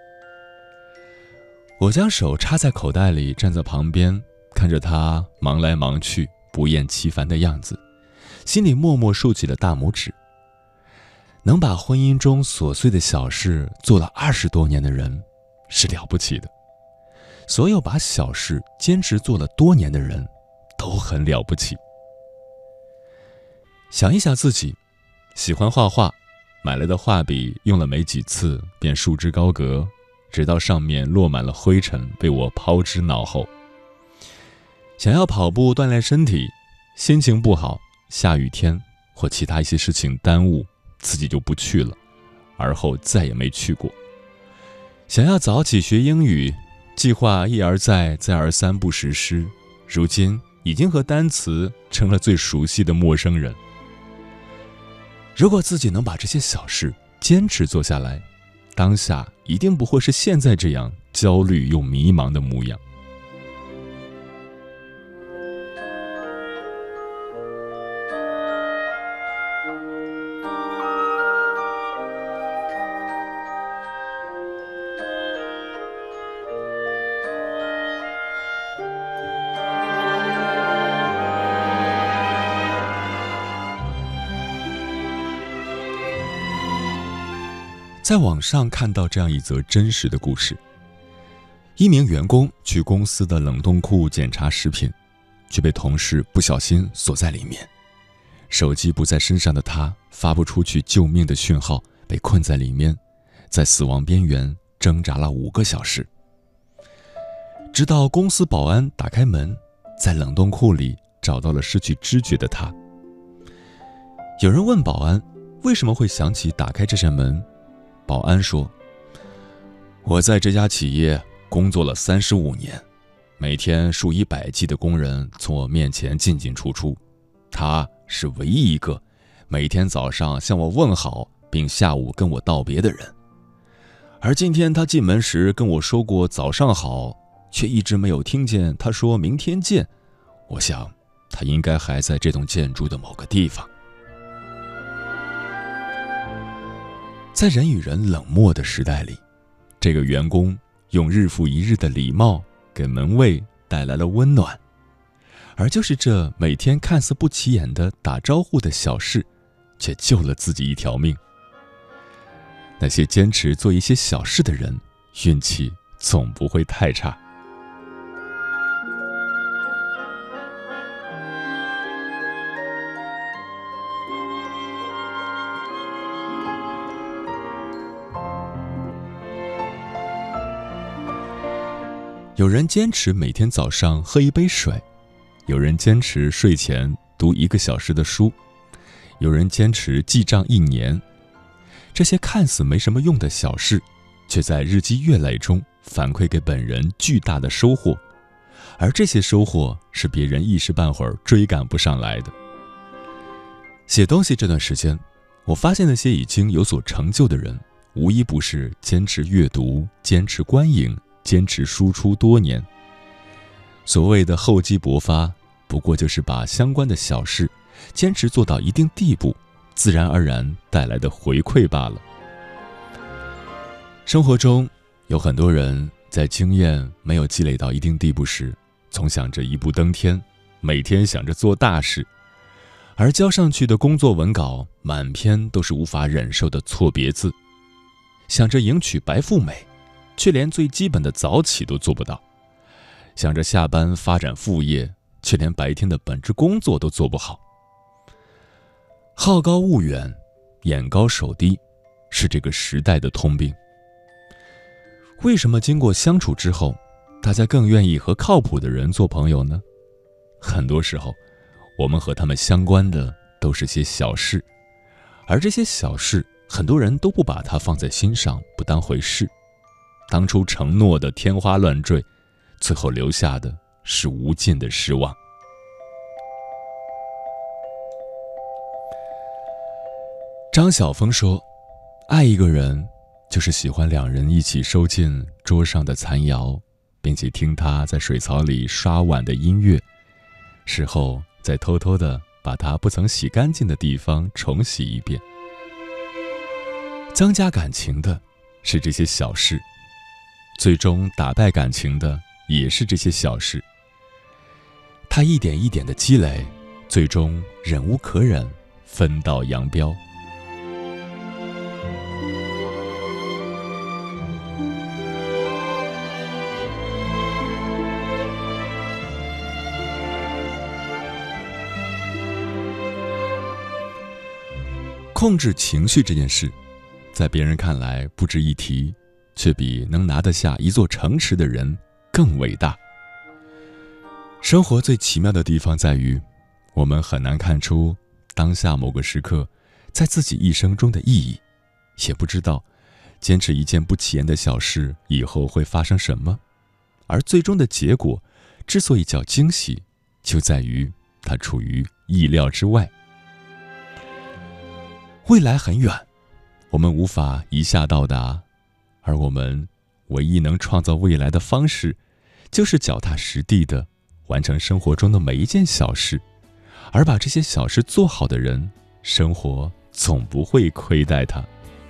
我将手插在口袋里，站在旁边，看着他忙来忙去不厌其烦的样子，心里默默竖起了大拇指。能把婚姻中琐碎的小事做了20多年的人是了不起的，所有把小事坚持做了多年的人都很了不起。想一想自己，喜欢画画，买来的画笔用了没几次便束之高阁，直到上面落满了灰尘，被我抛之脑后。想要跑步锻炼身体，心情不好，下雨天或其他一些事情耽误，自己就不去了，而后再也没去过。想要早起学英语，计划一而再再而三不实施，如今已经和单词成了最熟悉的陌生人。如果自己能把这些小事坚持做下来，当下一定不会是现在这样焦虑又迷茫的模样。在网上看到这样一则真实的故事：一名员工去公司的冷冻库检查食品，却被同事不小心锁在里面。手机不在身上的他发不出去救命的讯号，被困在里面，在死亡边缘挣扎了5个小时。直到公司保安打开门，在冷冻库里找到了失去知觉的他。有人问保安为什么会想起打开这扇门，保安说：我在这家企业工作了35年，每天数以百计的工人从我面前进进出出，他是唯一一个每天早上向我问好并下午跟我道别的人。而今天他进门时跟我说过早上好，却一直没有听见他说明天见。我想他应该还在这栋建筑的某个地方。在人与人冷漠的时代里，这个员工用日复一日的礼貌给门卫带来了温暖，而就是这每天看似不起眼的打招呼的小事，却救了自己一条命。那些坚持做一些小事的人，运气总不会太差。有人坚持每天早上喝一杯水，有人坚持睡前读1个小时的书，有人坚持记账1年。这些看似没什么用的小事，却在日积月累中反馈给本人巨大的收获，而这些收获是别人一时半会儿追赶不上来的。写东西这段时间，我发现那些已经有所成就的人，无一不是坚持阅读，坚持观影，坚持输出多年。所谓的厚积薄发，不过就是把相关的小事坚持做到一定地步，自然而然带来的回馈罢了。生活中有很多人在经验没有积累到一定地步时，总想着一步登天，每天想着做大事，而交上去的工作文稿满篇都是无法忍受的错别字，想着迎娶白富美，却连最基本的早起都做不到，想着下班发展副业，却连白天的本职工作都做不好。好高骛远，眼高手低，是这个时代的通病。为什么经过相处之后，大家更愿意和靠谱的人做朋友呢？很多时候，我们和他们相关的都是些小事，而这些小事，很多人都不把它放在心上，不当回事。当初承诺的天花乱坠，最后留下的是无尽的失望。张晓峰说，爱一个人就是喜欢2人一起收进桌上的残肴，并且听他在水槽里刷碗的音乐，事后再偷偷地把他不曾洗干净的地方重洗一遍。增加感情的是这些小事，最终打败感情的也是这些小事。他一点一点的积累，最终忍无可忍，分道扬镳。控制情绪这件事，在别人看来不值一提，却比能拿得下一座城池的人更伟大。生活最奇妙的地方在于，我们很难看出当下某个时刻在自己一生中的意义，也不知道坚持一件不起眼的小事以后会发生什么，而最终的结果之所以叫惊喜，就在于它处于意料之外。未来很远，我们无法一下到达，而我们唯一能创造未来的方式，就是脚踏实地地完成生活中的每一件小事，而把这些小事做好的人，生活总不会亏待他。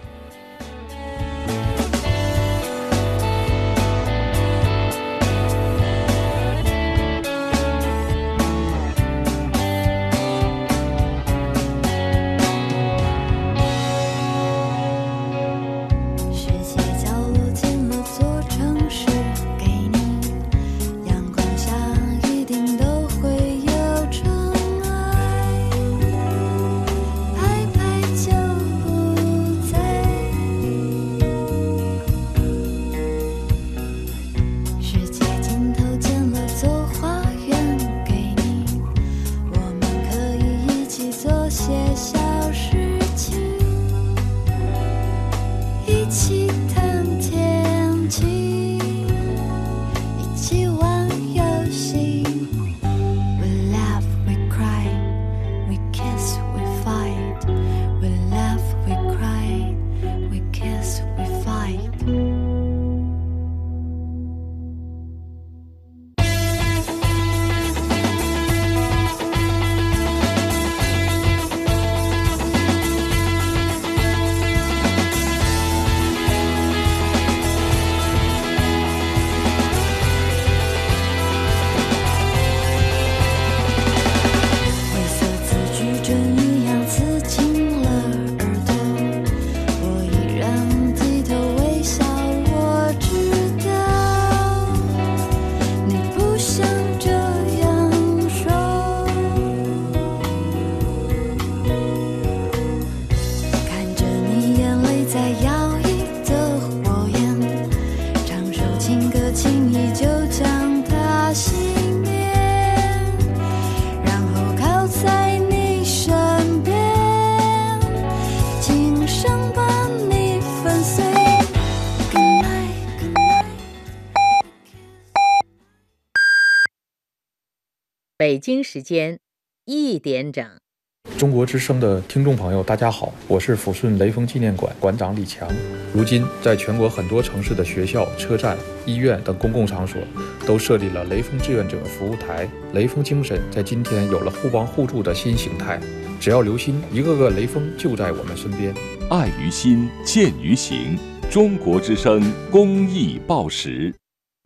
北京时间1点整。 中国之声的听众朋友，大家好，我是抚顺雷锋纪念馆馆长李强。如今，在全国很多城市的学校、车站、医院等公共场所，都设立了雷锋志愿者服务台。雷锋精神在今天有了互帮互助的新形态。只要留心，一个个雷锋就在我们身边。 爱于心，见于行。中国之声公益报时。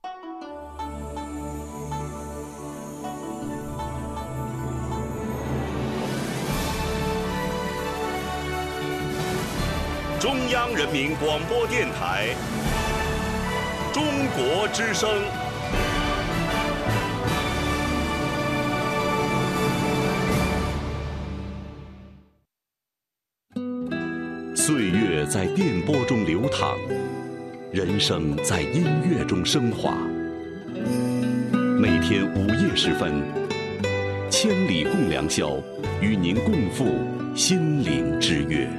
中央人民广播电台中国之声。岁月在电波中流淌，人生在音乐中升华。每天午夜时分，千里共良宵，与您共赴心灵之约。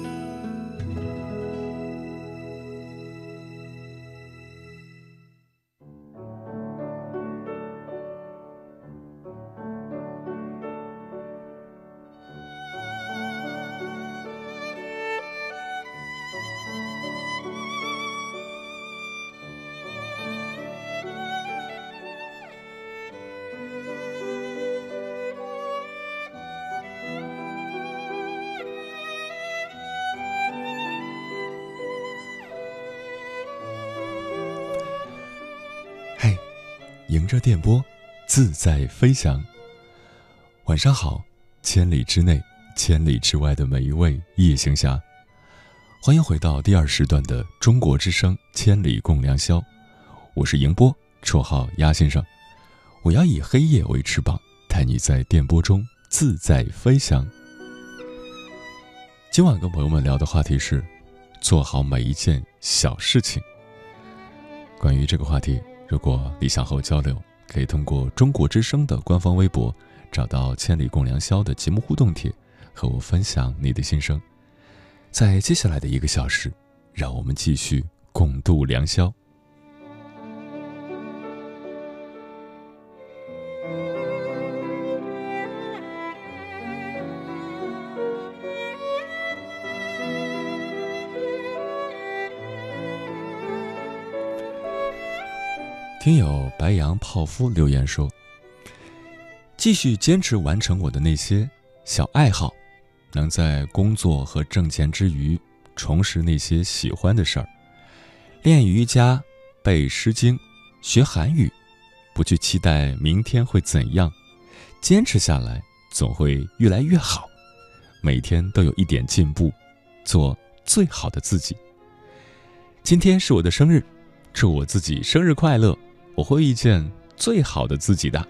迎着电波，自在飞翔。晚上好，千里之内、千里之外的每一位夜行侠，欢迎回到第2时段的中国之声千里共良宵。我是迎波，绰号鸭先生。我要以黑夜为翅膀，带你在电波中自在飞翔。今晚跟朋友们聊的话题是做好每一件小事情。关于这个话题，如果你想和我交流，可以通过中国之声的官方微博找到千里共良宵的节目互动帖， 和我分享你的心声。在接下来的1个小时，让我们继续共度良宵。听友白羊泡芙留言说，继续坚持完成我的那些小爱好，能在工作和挣钱之余重拾那些喜欢的事儿，练瑜伽、背诗经、学韩语，不去期待明天会怎样，坚持下来总会越来越好，每天都有一点进步，做最好的自己。今天是我的生日，祝我自己生日快乐，我会遇见最好的自己的。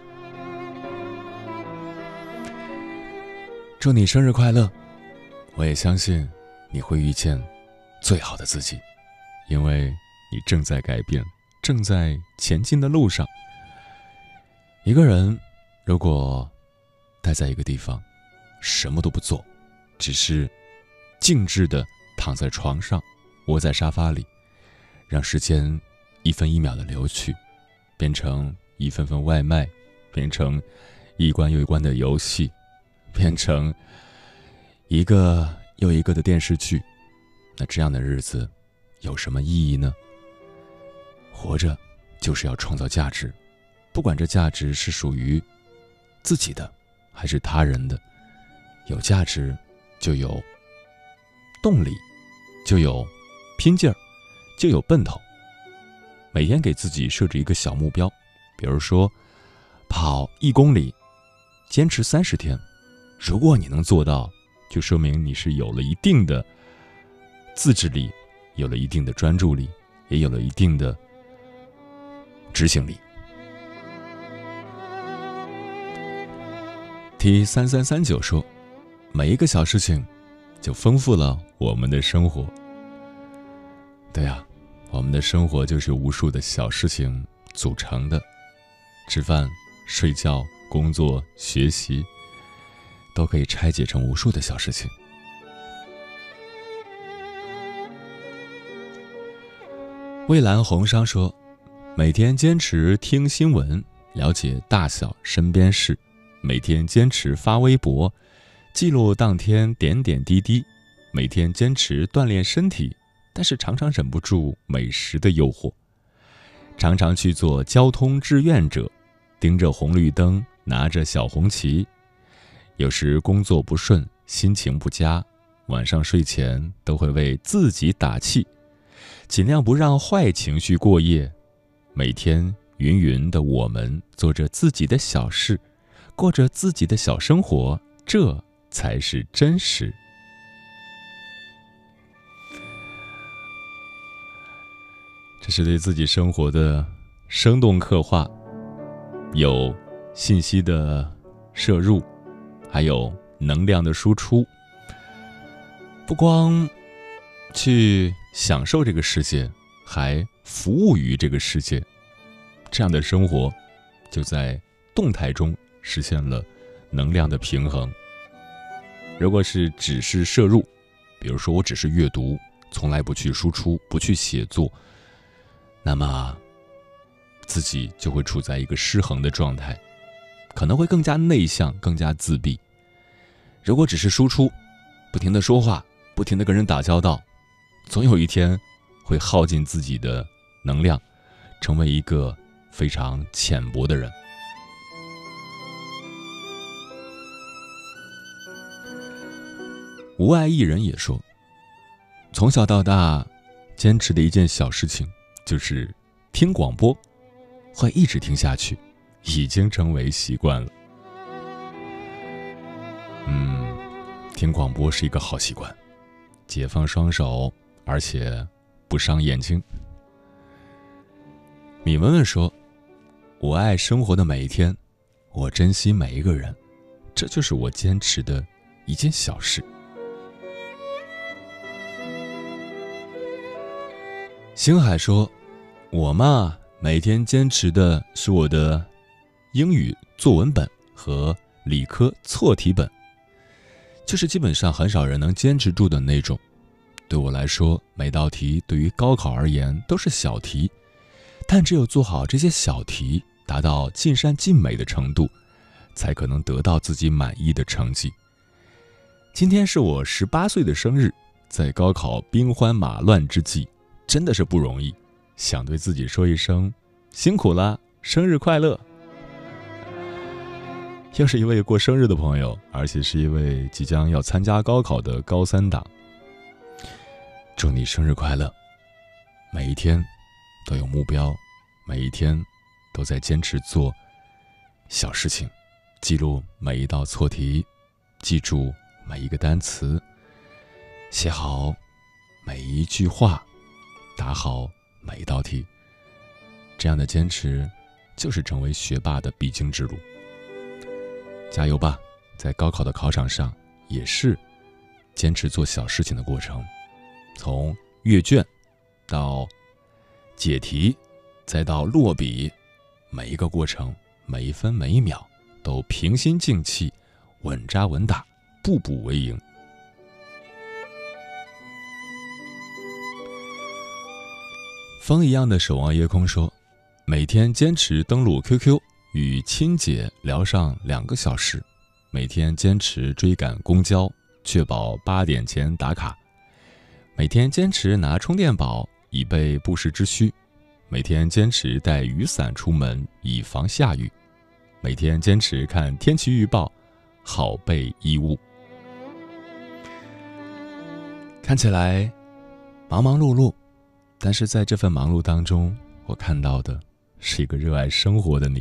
祝你生日快乐，我也相信你会遇见最好的自己，因为你正在改变，正在前进的路上。一个人如果待在一个地方，什么都不做，只是静止地躺在床上，窝在沙发里，让时间一分一秒地流去，变成一份份外卖，变成一关又一关的游戏，变成一个又一个的电视剧，那这样的日子有什么意义呢？活着就是要创造价值，不管这价值是属于自己的还是他人的，有价值就有动力，就有拼劲儿，就有奔头。每天给自己设置一个小目标，比如说跑1公里，坚持30天。如果你能做到，就说明你是有了一定的自制力，有了一定的专注力，也有了一定的执行力。T3339说，每一个小事情就丰富了我们的生活。对啊，我们的生活就是无数的小事情组成的，吃饭、睡觉、工作、学习，都可以拆解成无数的小事情。蔚蓝红商说，每天坚持听新闻，了解大小身边事，每天坚持发微博，记录当天点点滴滴，每天坚持锻炼身体，但是常常忍不住美食的诱惑，常常去做交通志愿者，盯着红绿灯，拿着小红旗。有时工作不顺，心情不佳，晚上睡前都会为自己打气，尽量不让坏情绪过夜。每天芸芸的我们做着自己的小事，过着自己的小生活，这才是真实。这是对自己生活的生动刻画，有信息的摄入，还有能量的输出。不光去享受这个世界，还服务于这个世界，这样的生活就在动态中实现了能量的平衡。如果是只是摄入，比如说我只是阅读，从来不去输出，不去写作，那么自己就会处在一个失衡的状态，可能会更加内向，更加自闭。如果只是输出，不停地说话，不停地跟人打交道，总有一天会耗尽自己的能量，成为一个非常浅薄的人。无爱一人也说，从小到大坚持的一件小事情就是听广播，会一直听下去，已经成为习惯了。听广播是一个好习惯，解放双手，而且不伤眼睛。米文文说，我爱生活的每一天，我珍惜每一个人，这就是我坚持的一件小事。星海说，我嘛，每天坚持的是我的英语作文本和理科错题本。 就是基本上很少人能坚持住的那种。对我来说，每道题对于高考而言都是小题，但只有做好这些小题，达到尽善尽美的程度，才可能得到自己满意的成绩。今天是我18岁的生日，在高考兵荒马乱之际，真的是不容易，想对自己说一声辛苦了，生日快乐。又是一位过生日的朋友，而且是一位即将要参加高考的高3党。祝你生日快乐，每一天都有目标，每一天都在坚持做小事情，记录每一道错题，记住每一个单词，写好每一句话，答好每一道题。这样的坚持就是成为学霸的必经之路。加油吧，在高考的考场上也是坚持做小事情的过程，从阅卷到解题再到落笔，每一个过程每一分每一秒都平心静气，稳扎稳打，步步为营。风一样的守望夜空说，每天坚持登录 QQ， 与亲姐聊上2个小时，每天坚持追赶公交，确保8点前打卡，每天坚持拿充电宝，以备不时之需，每天坚持带雨伞出门，以防下雨，每天坚持看天气预报，好备衣物。看起来忙忙碌碌，但是在这份忙碌当中，我看到的是一个热爱生活的你。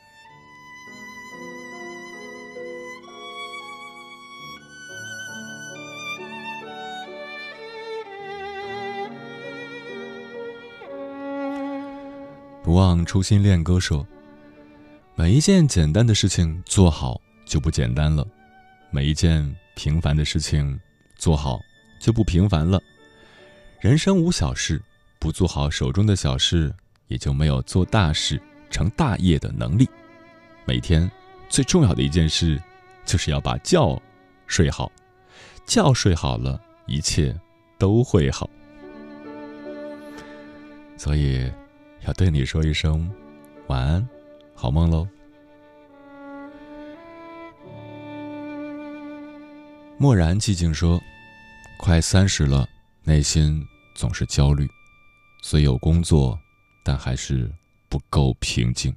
不忘初心恋歌说，每一件简单的事情做好就不简单了，每一件平凡的事情做好就不平凡了。人生无小事，不做好手中的小事，也就没有做大事成大业的能力。每天最重要的一件事，就是要把觉睡好，觉睡好了，一切都会好。所以要对你说一声晚安，好梦喽。漠然寂静说，快30了，内心总是焦虑，虽有工作，但还是不够平静。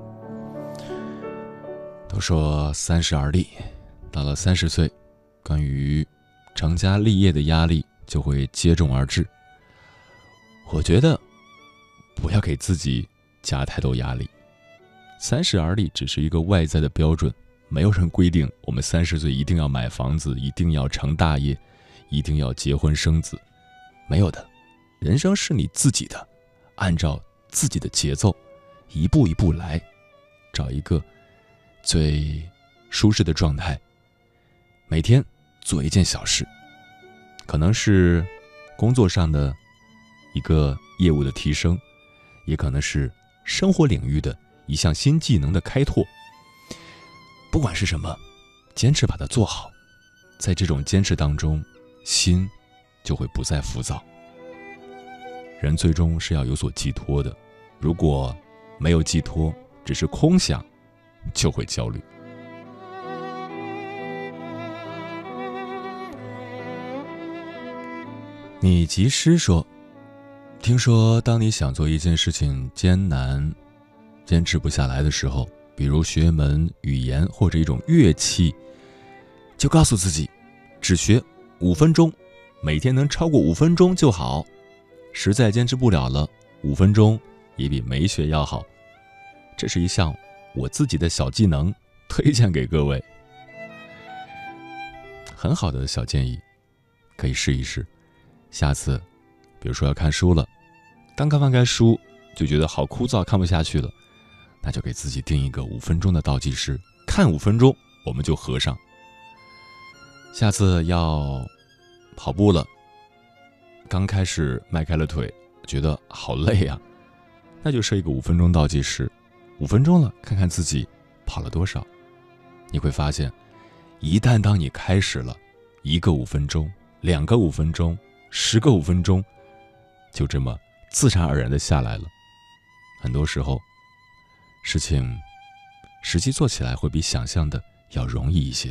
都说30而立，到了30岁，关于成家立业的压力就会接踵而至。我觉得不要给自己加太多压力，30而立只是一个外在的标准，没有人规定我们30岁一定要买房子，一定要成大业，一定要结婚生子，没有的。人生是你自己的，按照自己的节奏，一步一步来，找一个最舒适的状态，每天做一件小事，可能是工作上的一个业务的提升，也可能是生活领域的一项新技能的开拓。不管是什么，坚持把它做好，在这种坚持当中，心就会不再浮躁。人最终是要有所寄托的，如果没有寄托，只是空想，就会焦虑。你及诗说，听说当你想做一件事情艰难坚持不下来的时候，比如学一门语言或者一种乐器，就告诉自己只学5分钟，每天能超过5分钟就好，实在坚持不了了，5分钟也比没学要好。这是一项我自己的小技能，推荐给各位。很好的小建议，可以试一试。下次比如说要看书了，刚翻开书就觉得好枯燥，看不下去了，那就给自己定一个5分钟的倒计时，看5分钟我们就合上。下次要跑步了，刚开始迈开了腿，觉得好累啊，那就设一个5分钟倒计时，5分钟了，看看自己跑了多少。你会发现，一旦当你开始了， 1个5分钟、2个5分钟、10个5分钟，就这么自然而然的下来了。很多时候，事情实际做起来会比想象的要容易一些。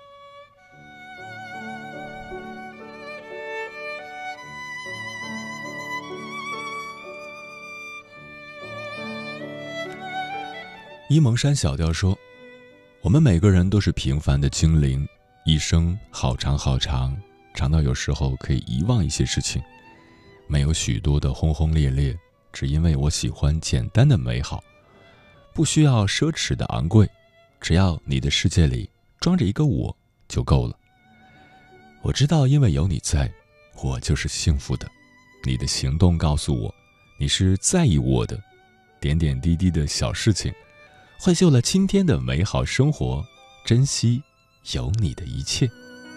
伊蒙山小调说，我们每个人都是平凡的精灵，一生好长好长，长到有时候可以遗忘一些事情，没有许多的轰轰烈烈，只因为我喜欢简单的美好，不需要奢侈的昂贵，只要你的世界里装着一个我就够了。我知道因为有你在，我就是幸福的，你的行动告诉我你是在意我的，点点滴滴的小事情绘就了今天的美好生活，珍惜有你的一切。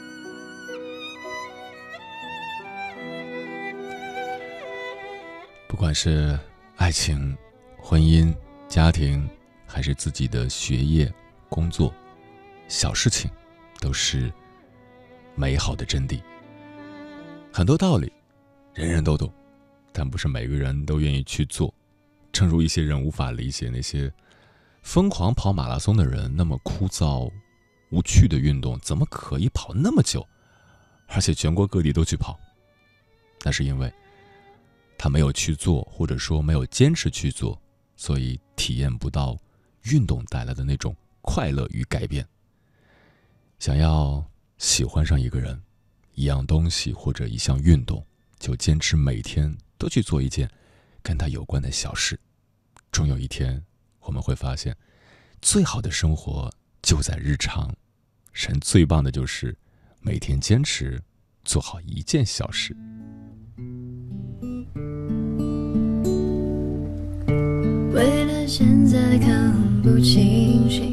不管是爱情、婚姻、家庭，还是自己的学业、工作，小事情都是美好的真谛。很多道理人人都懂，但不是每个人都愿意去做。正如一些人无法理解那些疯狂跑马拉松的人那么枯燥无趣的运动怎么可以跑那么久，而且全国各地都去跑。那是因为他没有去做，或者说没有坚持去做，所以体验不到运动带来的那种快乐与改变。想要喜欢上一个人、一样东西或者一项运动，就坚持每天都去做一件跟他有关的小事。终有一天我们会发现，最好的生活就在日常。人最棒的就是每天坚持做好一件小事。 为了现在看不清晰，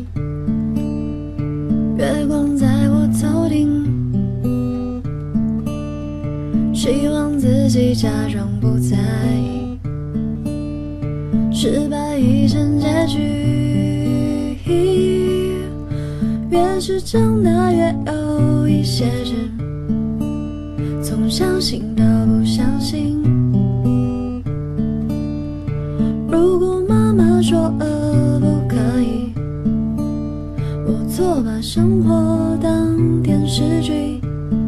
月光在我头顶，希望自己假装不在意，失败已成结局。越是长大越有一些事，从相信到不相信。如果妈妈说不可以，我错把生活当电视剧。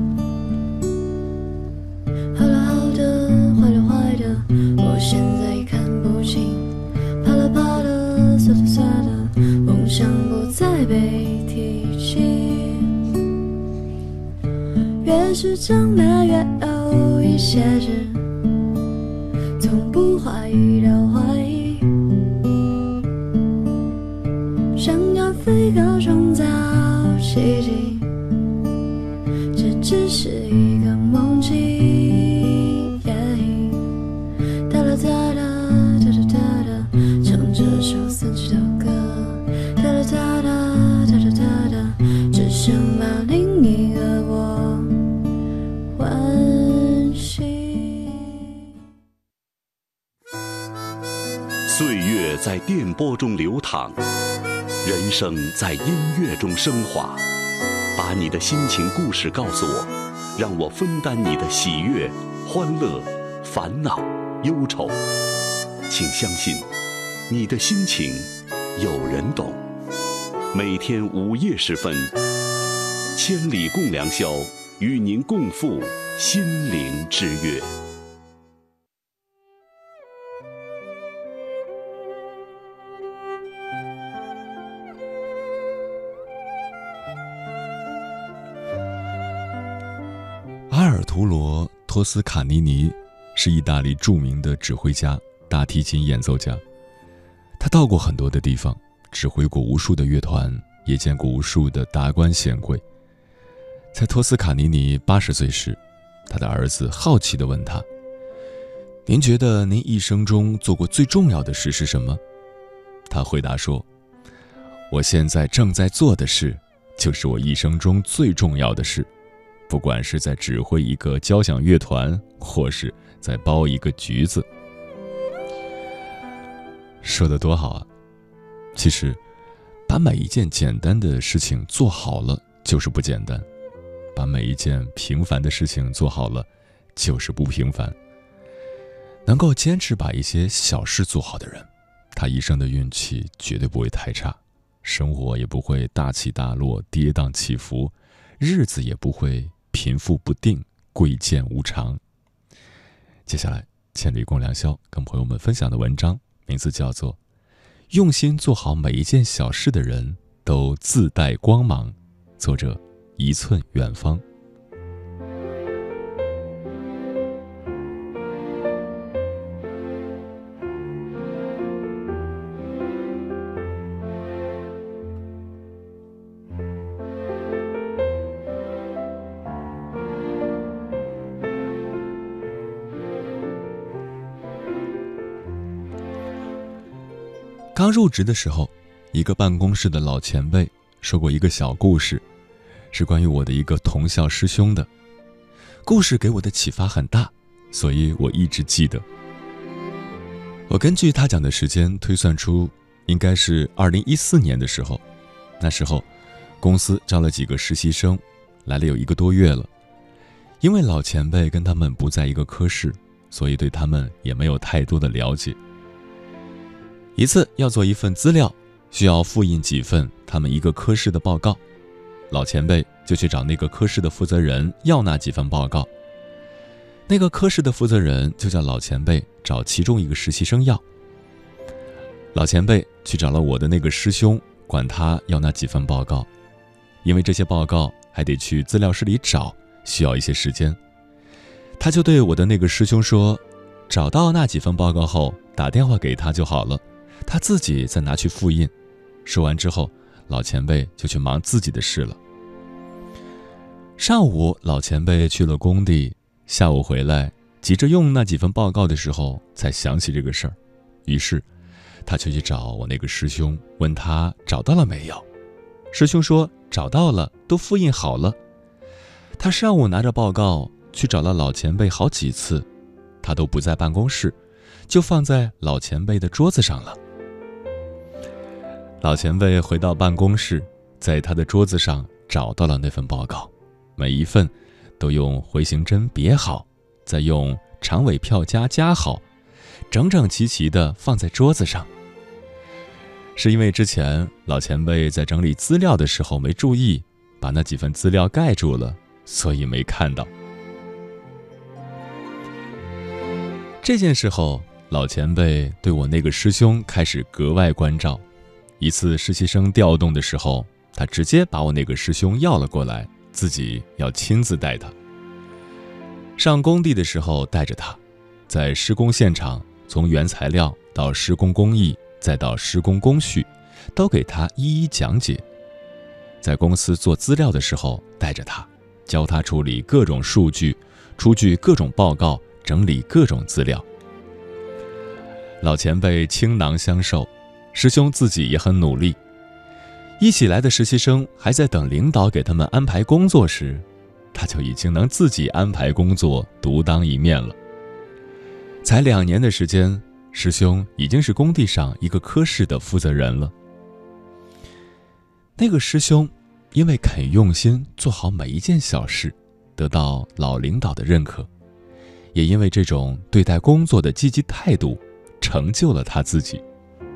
好了好的，坏了坏的，我现在看不清。怕了怕了，算了算了，梦想不再被提起。越是长大越有一些事，从不怀疑到怀疑。想要飞高创造奇迹，这只是一个梦境。哒啦哒啦哒哒哒哒，唱这首散去的歌。哒啦哒啦哒哒哒哒，只想把另一个我唤醒。 岁月在电波中流淌，人生在音乐中升华。把你的心情故事告诉我，让我分担你的喜悦、欢乐、烦恼、忧愁。请相信，你的心情有人懂。每天午夜时分，千里共良宵，与您共赴心灵之约。 阿尔图罗·托斯卡尼尼是意大利著名的指挥家、大提琴演奏家。他到过很多的地方，指挥过无数的乐团，也见过无数的达官显贵。在托斯卡尼尼80岁时，他的儿子好奇地问他：“您觉得您一生中做过最重要的事是什么？”他回答说：“我现在正在做的事，就是我一生中最重要的事。不管是在指挥一个交响乐团，或是在包一个橘子。”说得多好啊！其实，把每一件简单的事情做好了，就是不简单。 把每一件平凡的事情做好了，就是不平凡。能够坚持把一些小事做好的人，他一生的运气绝对不会太差，生活也不会大起大落、跌宕起伏，日子也不会贫富不定、贵贱无常。接下来，千里共良宵跟朋友们分享的文章名字叫做《用心做好每一件小事的人都自带光芒》，作者一寸远方。刚入职的时候，一个办公室的老前辈说过一个小故事，是关于我的一个同校师兄的。故事给我的启发很大，所以我一直记得。我根据他讲的时间推算出，应该是2014年的时候。那时候，公司招了几个实习生，来了有1个多月了。因为老前辈跟他们不在一个科室，所以对他们也没有太多的了解。一次要做一份资料，需要复印几份他们一个科室的报告，老前辈就去找那个科室的负责人要那几份报告。那个科室的负责人就叫老前辈找其中一个实习生要。老前辈去找了我的那个师兄，管他要那几份报告，因为这些报告还得去资料室里找，需要一些时间。他就对我的那个师兄说，找到那几份报告后打电话给他就好了，他自己再拿去复印。说完之后，老前辈就去忙自己的事了。上午老前辈去了工地，下午回来急着用那几份报告的时候才想起这个事儿，于是他就去找我那个师兄，问他找到了没有。师兄说找到了，都复印好了。他上午拿着报告去找了老前辈好几次，他都不在办公室，就放在老前辈的桌子上了。老前辈回到办公室，在他的桌子上找到了那份报告，每一份都用回形针别好，再用长尾票夹好，整整齐齐地放在桌子上。是因为之前老前辈在整理资料的时候没注意，把那几份资料盖住了，所以没看到。这件事后，老前辈对我那个师兄开始格外关照。一次实习生调动的时候，他直接把我那个师兄要了过来，自己要亲自带他。上工地的时候带着他，在施工现场从原材料到施工工艺再到施工工序，都给他一一讲解。在公司做资料的时候带着他，教他处理各种数据，出具各种报告，整理各种资料。老前辈倾囊相授，师兄自己也很努力。一起来的实习生还在等领导给他们安排工作时，他就已经能自己安排工作，独当一面了。才2年的时间，师兄已经是工地上一个科室的负责人了。那个师兄因为肯用心做好每一件小事，得到老领导的认可，也因为这种对待工作的积极态度，成就了他自己。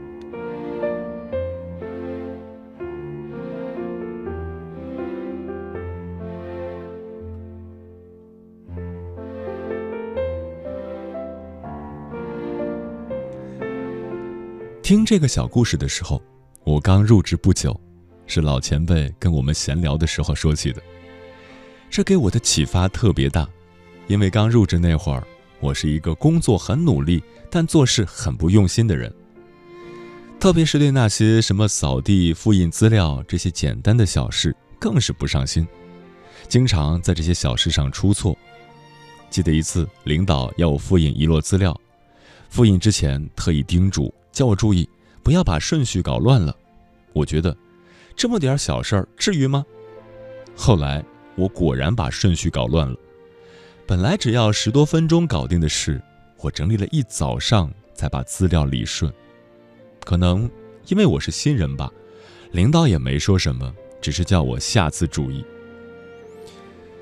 听这个小故事的时候，我刚入职不久，是老前辈跟我们闲聊的时候说起的。这给我的启发特别大，因为刚入职那会儿，我是一个工作很努力，但做事很不用心的人。特别是对那些什么扫地、复印资料这些简单的小事，更是不上心，经常在这些小事上出错。记得一次，领导要我复印一摞资料，复印之前特意叮嘱叫我注意，不要把顺序搞乱了。我觉得这么点小事儿至于吗？后来我果然把顺序搞乱了，本来只要10多分钟搞定的事，我整理了一早上才把资料理顺。可能因为我是新人吧，领导也没说什么，只是叫我下次注意。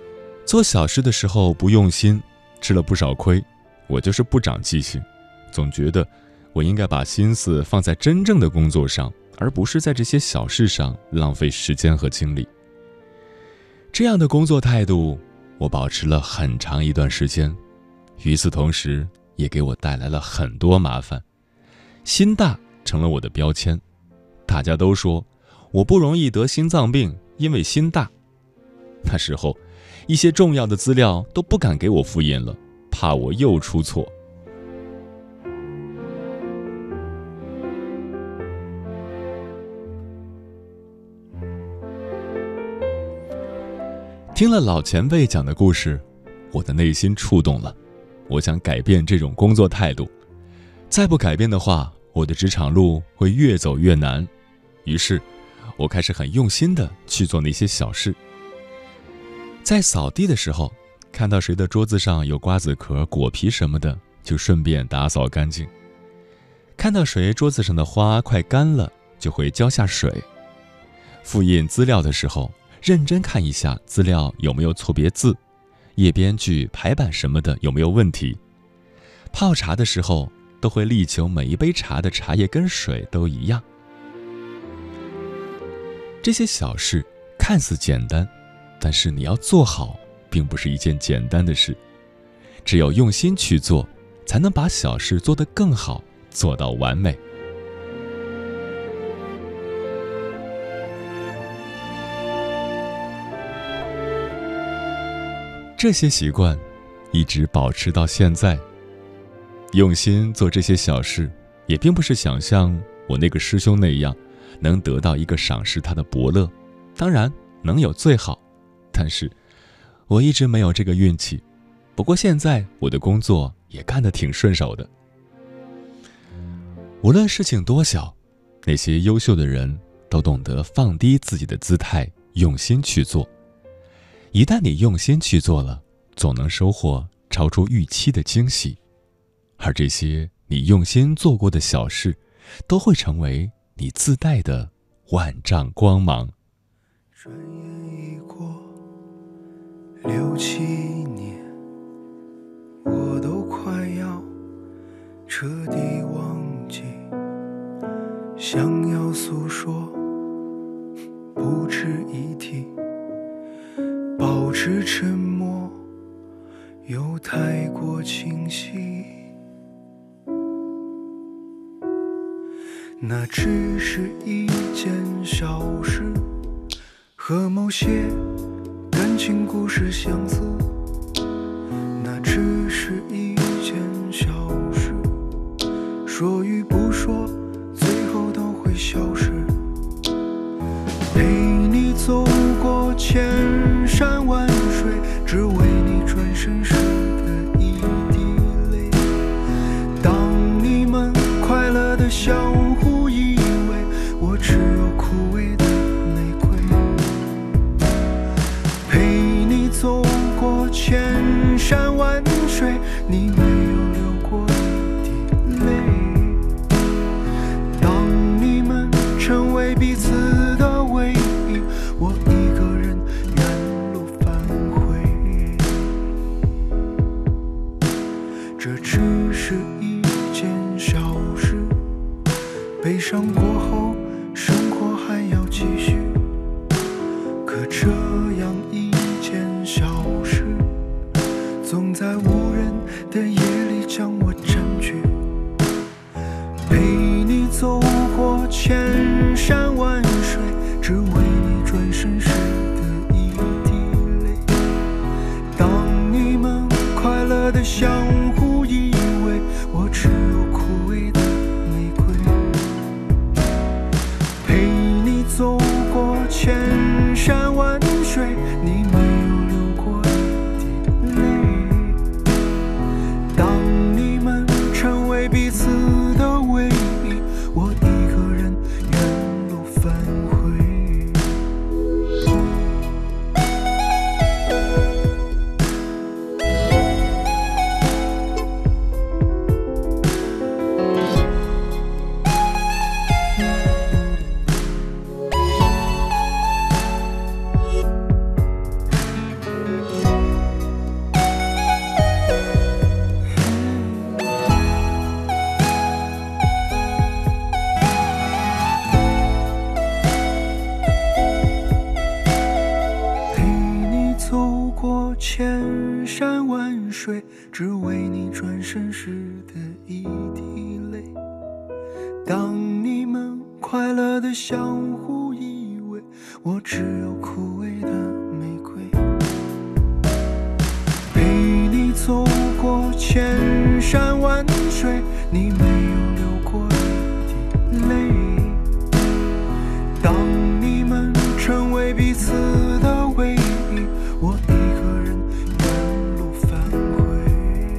做小事的时候不用心，吃了不少亏。我就是不长记性，总觉得我应该把心思放在真正的工作上，而不是在这些小事上浪费时间和精力。这样的工作态度，我保持了很长一段时间，与此同时，也给我带来了很多麻烦。心大成了我的标签，大家都说我不容易得心脏病，因为心大。那时候，一些重要的资料都不敢给我复印了，怕我又出错。听了老前辈讲的故事，我的内心触动了。我想改变这种工作态度，再不改变的话，我的职场路会越走越难。于是，我开始很用心地去做那些小事。在扫地的时候，看到谁的桌子上有瓜子壳、果皮什么的，就顺便打扫干净。看到谁桌子上的花快干了，就会浇下水。复印资料的时候，认真看一下资料有没有错别字，页编剧、排版什么的有没有问题。泡茶的时候，都会力求每一杯茶的茶叶跟水都一样。这些小事看似简单，但是你要做好，并不是一件简单的事。只有用心去做，才能把小事做得更好，做到完美。这些习惯一直保持到现在。用心做这些小事，也并不是想像我那个师兄那样能得到一个赏识他的伯乐，当然能有最好，但是我一直没有这个运气。不过现在我的工作也干得挺顺手的。无论事情多小，那些优秀的人都懂得放低自己的姿态，用心去做。一旦你用心去做了，总能收获超出预期的惊喜。而这些你用心做过的小事，都会成为你自带的万丈光芒。 转眼已过6、7年，我都快要彻底忘记，想要诉说不值一提，保持沉默又太过清晰。那只是一件小事，和某些感情故事相似。那只是一件小事，说与不说，最后都会消失。陪你走过千山万水，只为你转身时的一滴泪。当你们快乐的相互依偎，我只有枯萎的玫瑰。陪你走过千山万水，你没有流过一滴泪。当你们成为彼此的唯一，我一个人原路返回。这只是一件小事，悲伤过后，生活还要继续。可这样一件小事，总在无人的夜里将我占据。陪你走过千山万水，只为你转身时的一滴泪。当你们快乐的相互依偎，我只有枯萎的玫瑰。陪你走过千山万水，你没有流过一滴泪。当你们成为彼此的唯一，我一个人原路返回。 当你们快乐的相互依偎，我只有枯萎的玫瑰。陪你走过千山万水，你没有流过一滴泪。当你们成为彼此的唯一，我一个人原路返回。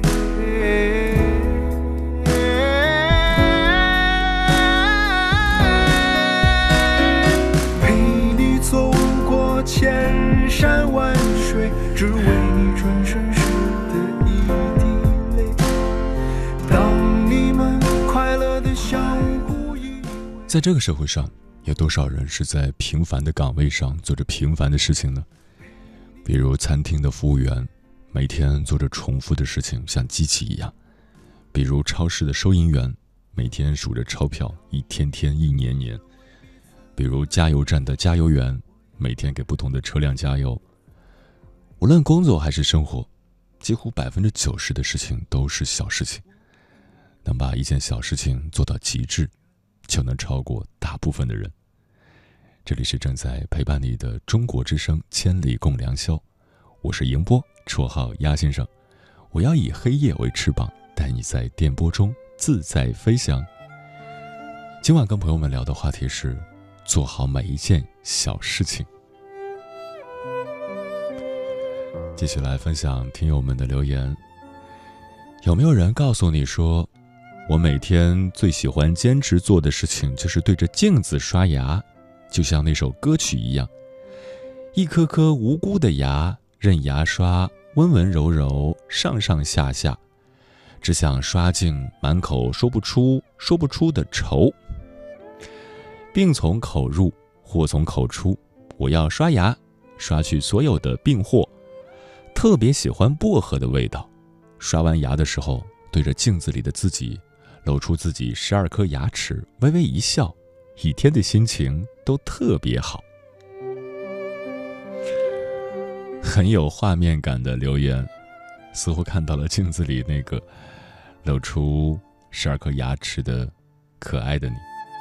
陪你走过千山万水，只为你转身时的一滴泪。当你们快乐的相互依偎。 在这个社会上，有多少人是在平凡的岗位上做着平凡的事情呢？比如餐厅的服务员，每天做着重复的事情，像机器一样；比如超市的收银员，每天数着钞票，一天天一年年；比如加油站的加油员，每天给不同的车辆加油。无论工作还是生活，几乎90%的事情都是小事情。能把一件小事情做到极致，就能超过大部分的人。这里是正在陪伴你的中国之声千里共良宵，我是迎波，绰号鸭先生。我要以黑夜为翅膀，带你在电波中自在飞翔。今晚跟朋友们聊的话题是做好每一件小事情。继续来分享听友们的留言。有没有人告诉你说，我每天最喜欢坚持做的事情就是对着镜子刷牙，就像那首歌曲一样，一颗颗无辜的牙，任牙刷温温柔柔，上上下下，只想刷净满口说不出的愁。病从口入，祸从口出，我要刷牙，刷去所有的病祸。特别喜欢薄荷的味道，刷完牙的时候，对着镜子里的自己，露出自己12颗牙齿，微微一笑，一天的心情都特别好。很有画面感的留言，似乎看到了镜子里那个露出12颗牙齿的可爱的你。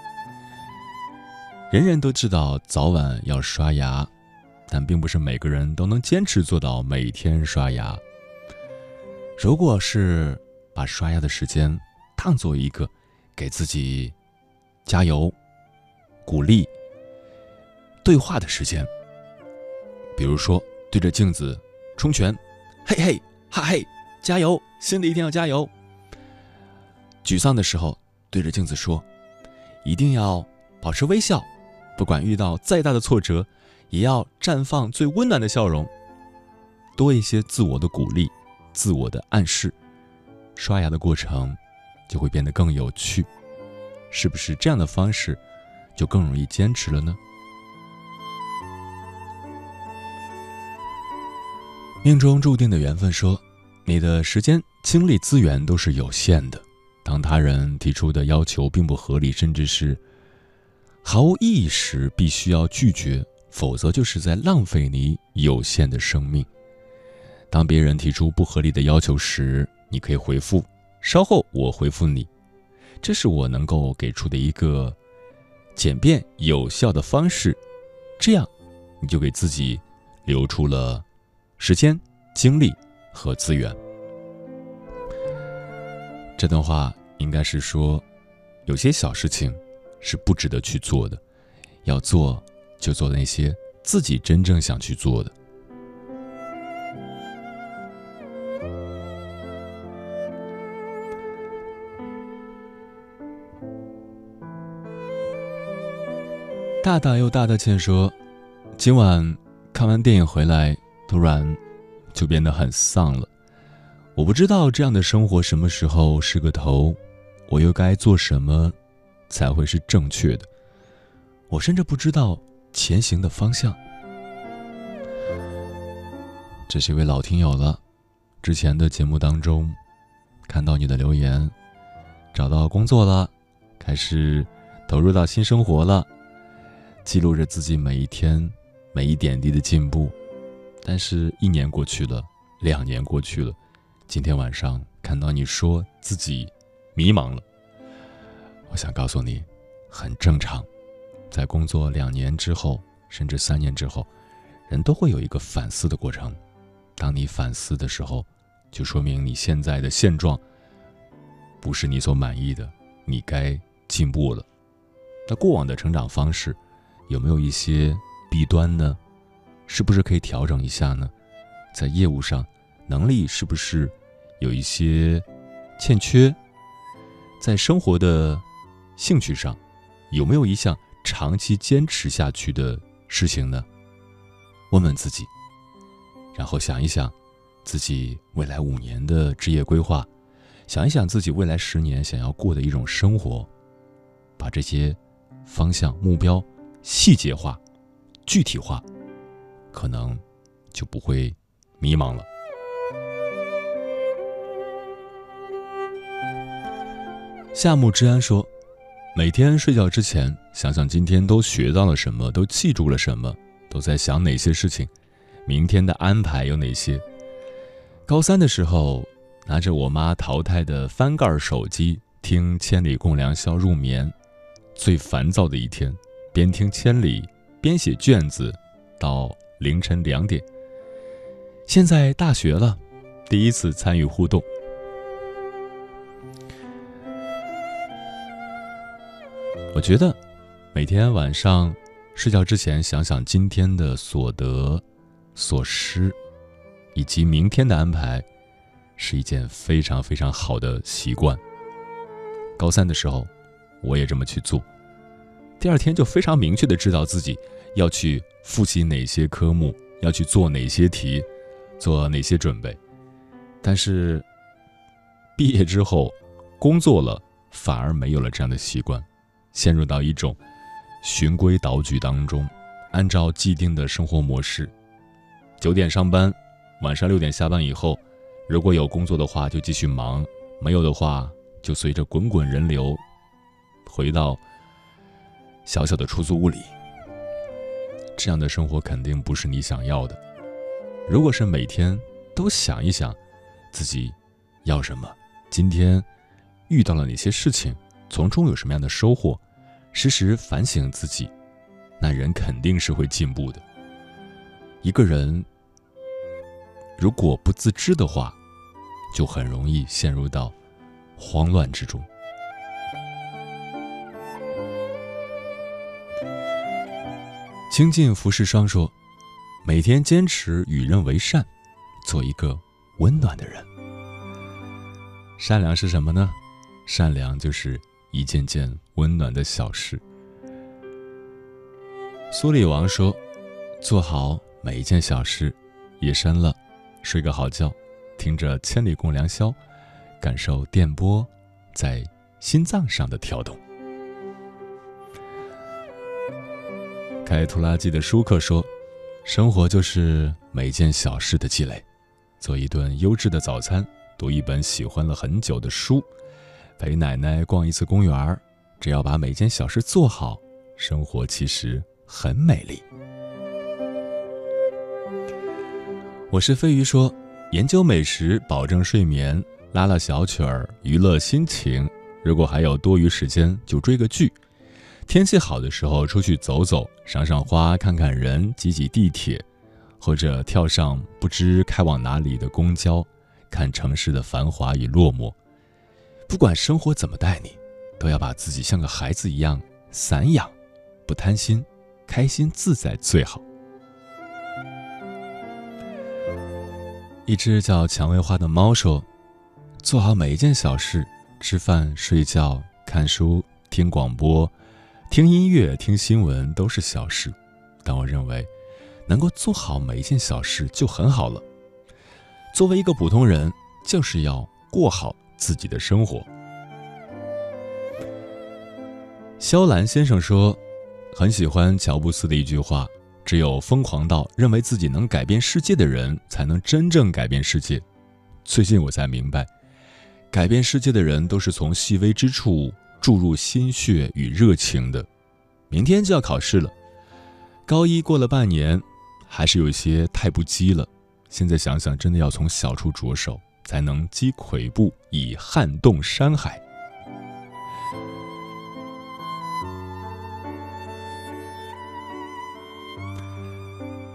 人人都知道早晚要刷牙，但并不是每个人都能坚持做到每天刷牙。如果是把刷牙的时间当做一个给自己加油、鼓励、对话的时间，比如说对着镜子冲拳，嘿嘿哈嘿，加油，新的一天要加油。沮丧的时候对着镜子说，一定要保持微笑，不管遇到再大的挫折，也要绽放最温暖的笑容。多一些自我的鼓励，自我的暗示，刷牙的过程就会变得更有趣。是不是这样的方式就更容易坚持了呢？命中注定的缘分说，你的时间、精力、资源都是有限的。当他人提出的要求并不合理，甚至是毫无意义时，必须要拒绝，否则就是在浪费你有限的生命。当别人提出不合理的要求时，你可以回复，稍后我回复你。这是我能够给出的一个简便有效的方式，这样你就给自己留出了时间、精力和资源。这段话应该是说，有些小事情是不值得去做的，要做就做那些自己真正想去做的。大大又大的倩说，今晚看完电影回来，突然就变得很丧了。我不知道这样的生活什么时候是个头，我又该做什么才会是正确的。我甚至不知道前行的方向。这是一位老听友了，之前的节目当中看到你的留言，找到工作了，开始投入到新生活了，记录着自己每一天每一点滴的进步。但是1年过去了，2年过去了，今天晚上看到你说自己迷茫了， 我想告诉你，很正常。在工作2年之后，甚至3年之后，人都会有一个反思的过程。当你反思的时候，就说明你现在的现状不是你所满意的，你该进步了。那过往的成长方式有没有一些弊端呢？是不是可以调整一下呢？在业务上，能力是不是有一些欠缺？在生活的兴趣上，有没有一项长期坚持下去的事情呢？问问自己，然后想一想自己未来5年的职业规划，想一想自己未来10年想要过的一种生活，把这些方向、目标细节化、具体化，可能就不会迷茫了。夏木之安说，每天睡觉之前想想今天都学到了什么，都记住了什么，都在想哪些事情，明天的安排有哪些。高3的时候，拿着我妈淘汰的翻盖手机听千里共良宵入眠，最烦躁的一天，边听千里边写卷子到凌晨2点。现在大学了，第一次参与互动。我觉得每天晚上睡觉之前想想今天的所得所失以及明天的安排，是一件非常非常好的习惯。高3的时候我也这么去做，第2天就非常明确地知道自己要去复习哪些科目，要去做哪些题，做哪些准备。但是毕业之后工作了，反而没有了这样的习惯，陷入到一种循规蹈矩当中，按照既定的生活模式，9点上班，晚上6点下班以后，如果有工作的话就继续忙，没有的话就随着滚滚人流回到小小的出租屋里。这样的生活肯定不是你想要的。如果是每天都想一想自己要什么，今天遇到了哪些事情，从中有什么样的收获，时时反省自己，那人肯定是会进步的。一个人如果不自知的话，就很容易陷入到慌乱之中。清净浮世霜说，每天坚持与人为善，做一个温暖的人。善良是什么呢？善良就是一件件温暖的小事。苏里王说，做好每一件小事，夜深了睡个好觉，听着千里共良宵，感受电波在心脏上的跳动。开拖拉机的舒克说，生活就是每件小事的积累，做一顿优质的早餐，读一本喜欢了很久的书，陪奶奶逛一次公园，只要把每件小事做好，生活其实很美丽。我是飞鱼说，研究美食，保证睡眠，拉拉小曲儿，娱乐心情，如果还有多余时间就追个剧，天气好的时候出去走走，赏赏花，看看人，挤挤地铁，或者跳上不知开往哪里的公交，看城市的繁华与落寞。不管生活怎么待你，都要把自己像个孩子一样散养，不贪心，开心自在最好。一只叫蔷薇花的猫说，做好每一件小事，吃饭、睡觉、看书、听广播、听音乐、听新闻都是小事，但我认为能够做好每一件小事就很好了。作为一个普通人，就是要过好自己的生活。萧兰先生说，很喜欢乔布斯的一句话，只有疯狂到认为自己能改变世界的人，才能真正改变世界。最近我才明白，改变世界的人都是从细微之处注入心血与热情的。明天就要考试了，高一过了半年，还是有些太不羁了。现在想想，真的要从小处着手，才能积跬步，以撼动山海。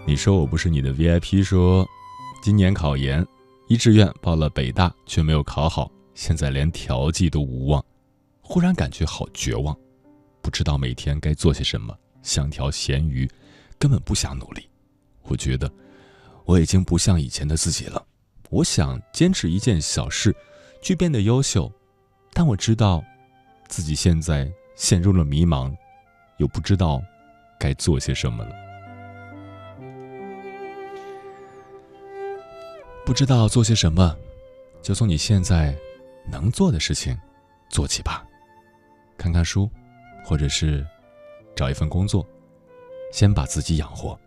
你说我不是你的 VIP 说今年考研，一志愿报了北大却没有考好，现在连调剂都无望，忽然感觉好绝望，不知道每天该做些什么，像条咸鱼，根本不想努力。我觉得我已经不像以前的自己了，我想坚持一件小事去变得优秀，但我知道自己现在陷入了迷茫，又不知道该做些什么了。不知道做些什么，就从你现在能做的事情做起吧。看看书，或者是找一份工作，先把自己养活。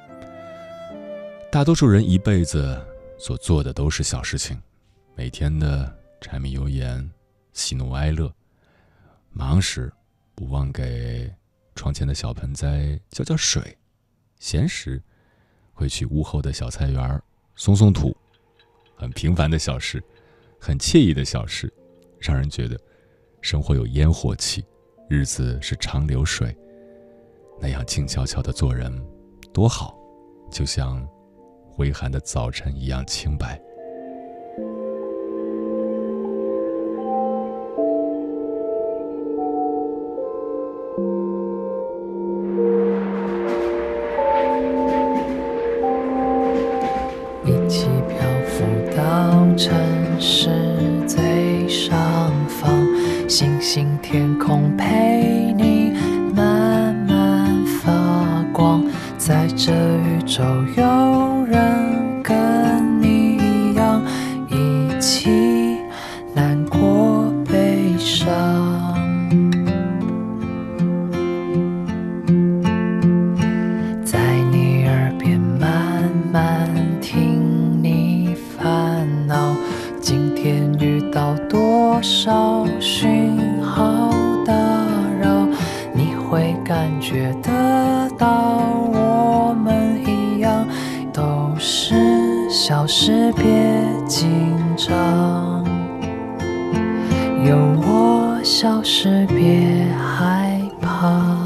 大多数人一辈子所做的都是小事情，每天的柴米油盐、喜怒哀乐，忙时不忘给窗前的小盆栽浇浇水，闲时会去屋后的小菜园松松土。很平凡的小事，很惬意的小事，让人觉得生活有烟火气，日子是长流水。那样静悄悄的做人多好，就像微寒的早晨一样清白。 一起漂浮到城市最上方，星星天空陪你慢慢发光，在这宇宙有人跟你一样，一起难过悲伤。在你耳边慢慢听你烦恼，今天遇到多少讯号打扰，你会感觉得到我们一样，都是小事别紧张，有我小事别害怕。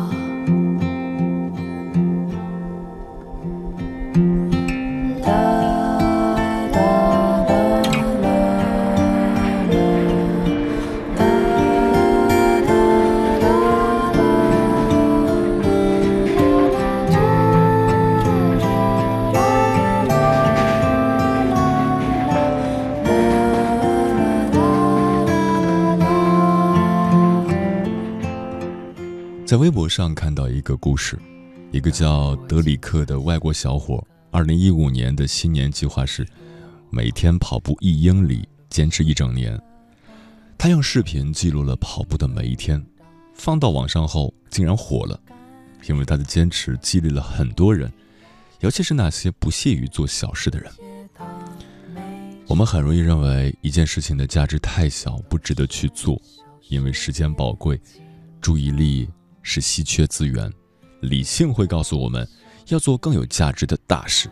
在微博上看到一个故事，一个叫德里克的外国小伙2015年的新年计划是每天跑步1英里，坚持1整年。他用视频记录了跑步的每一天，放到网上后竟然火了，因为他的坚持激励了很多人，尤其是那些不屑于做小事的人。我们很容易认为一件事情的价值太小，不值得去做，因为时间宝贵，注意力是稀缺资源，理性会告诉我们要做更有价值的大事。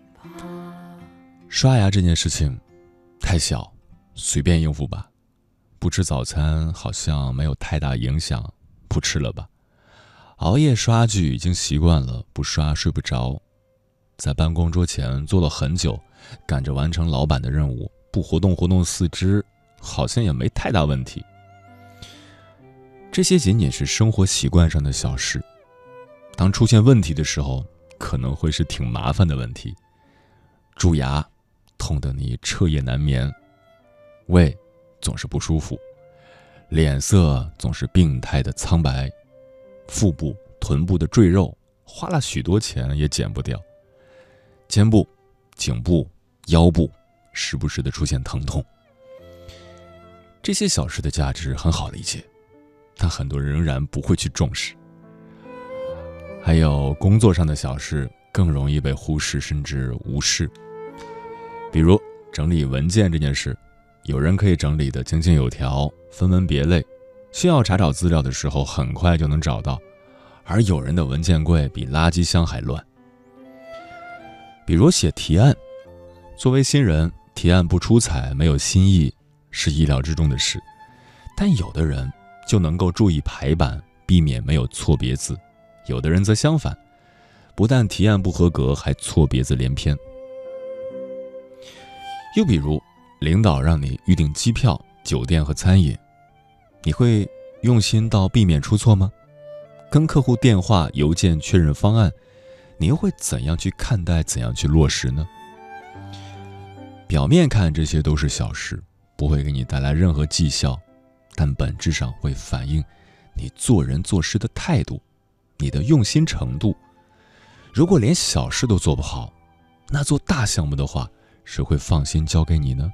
刷牙这件事情太小，随便应付吧。不吃早餐好像没有太大影响，不吃了吧。熬夜刷剧已经习惯了，不刷睡不着。在办公桌前坐了很久，赶着完成老板的任务，不活动活动四肢好像也没太大问题。这些仅仅是生活习惯上的小事，当出现问题的时候，可能会是挺麻烦的问题。蛀牙痛得你彻夜难眠，胃总是不舒服，脸色总是病态的苍白，腹部、臀部的赘肉花了许多钱也减不掉，肩部、颈部、腰部时不时的出现疼痛。这些小事的价值很好理解，但很多人仍然不会去重视。还有工作上的小事更容易被忽视甚至无视，比如整理文件这件事，有人可以整理得井井有条，分门别类，需要查找资料的时候很快就能找到，而有人的文件柜比垃圾箱还乱。比如写提案，作为新人，提案不出彩，没有新意，是意料之中的事，但有的人就能够注意排版，避免没有错别字，有的人则相反， 不但提案不合格，还错别字连篇。又比如，领导让你预订机票、酒店和餐饮，你会用心到避免出错吗？跟客户电话、邮件确认方案，你又会怎样去看待、怎样去落实呢？表面看这些都是小事，不会给你带来任何绩效，但本质上会反映你做人做事的态度，你的用心程度。如果连小事都做不好，那做大项目的话，谁会放心交给你呢？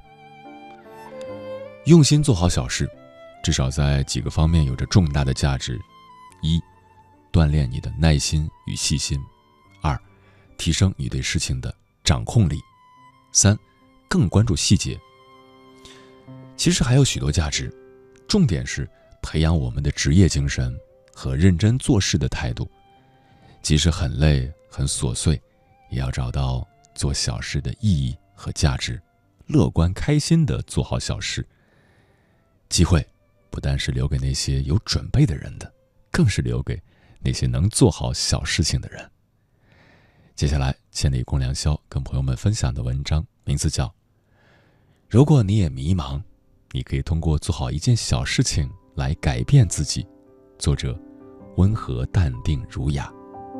用心做好小事，至少在几个方面有着重大的价值：一、锻炼你的耐心与细心；二、提升你对事情的掌控力；三、更关注细节。其实还有许多价值，重点是培养我们的职业精神和认真做事的态度。即使很累很琐碎，也要找到做小事的意义和价值，乐观开心地做好小事。机会不单是留给那些有准备的人的，更是留给那些能做好小事情的人。接下来，千里共良宵跟朋友们分享的文章名字叫《如果你也迷茫，你可以通过做好一件小事情来改变自己》，作者温和淡定儒雅。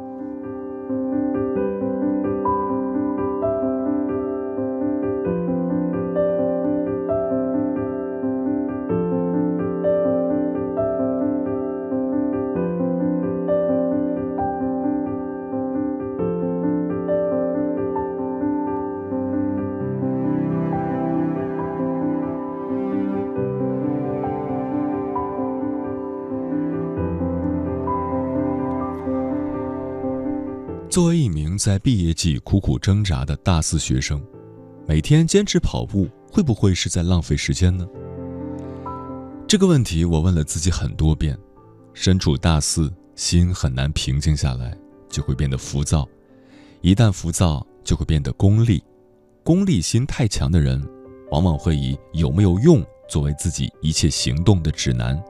作为一名在毕业季苦苦挣扎的大四学生，每天坚持跑步会不会是在浪费时间呢？这个问题我问了自己很多遍。身处大四，心很难平静下来，就会变得浮躁，一旦浮躁就会变得功利，功利心太强的人往往会以有没有用作为自己一切行动的指南。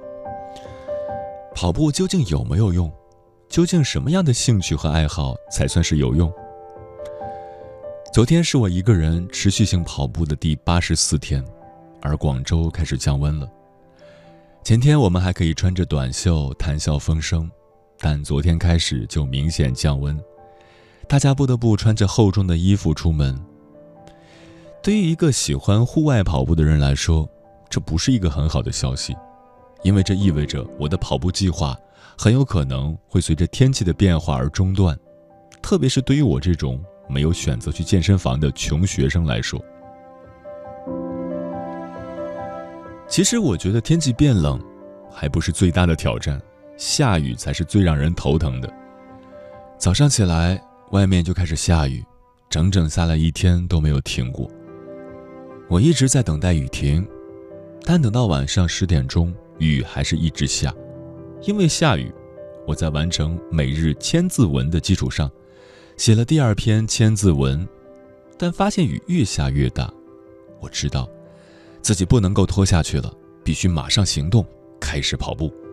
跑步究竟有没有用？究竟什么样的兴趣和爱好才算是有用？昨天是我一个人持续性跑步的第84天，而广州开始降温了。前天我们还可以穿着短袖谈笑风生，但昨天开始就明显降温，大家不得不穿着厚重的衣服出门。对于一个喜欢户外跑步的人来说，这不是一个很好的消息，因为这意味着我的跑步计划很有可能会随着天气的变化而中断，特别是对于我这种没有选择去健身房的穷学生来说。其实我觉得天气变冷还不是最大的挑战，下雨才是最让人头疼的。早上起来外面就开始下雨，整整下了一天都没有停过。我一直在等待雨停，但等到晚上10点钟，雨还是一直下。因为下雨，我在完成每日千字文的基础上，写了第2篇千字文，但发现雨越下越大。我知道自己不能够拖下去了，必须马上行动，开始跑步。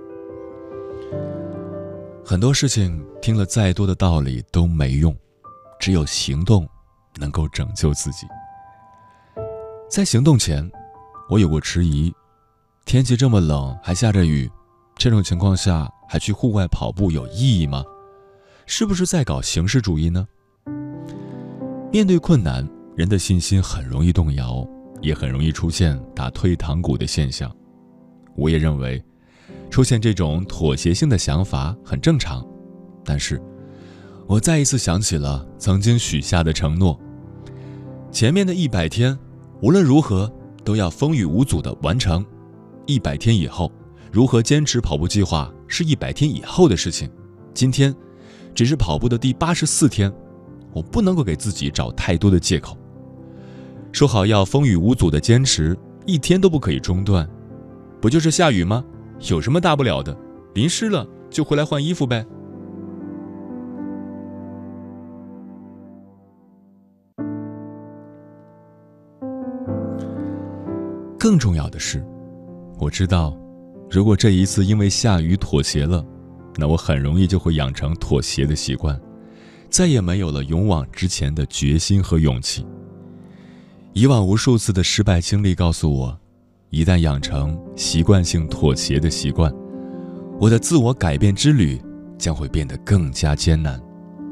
很多事情听了再多的道理都没用，只有行动能够拯救自己。在行动前，我有过迟疑，天气这么冷还下着雨，这种情况下还去户外跑步有意义吗？是不是在搞形式主义呢？面对困难，人的信心很容易动摇，也很容易出现打退堂鼓的现象。我也认为出现这种妥协性的想法很正常，但是我再一次想起了曾经许下的承诺，前面的100天无论如何都要风雨无阻地完成。100天以后如何坚持跑步计划是100天以后的事情，今天只是跑步的第84天，我不能够给自己找太多的借口。说好要风雨无阻的坚持，1天都不可以中断，不就是下雨吗？有什么大不了的？淋湿了就回来换衣服呗。更重要的是，我知道如果这一次因为下雨妥协了，那我很容易就会养成妥协的习惯， 再也没有了勇往直前的决心和勇气。以往无数次的失败经历告诉我，一旦养成习惯性妥协的习惯，我的自我改变之旅将会变得更加艰难。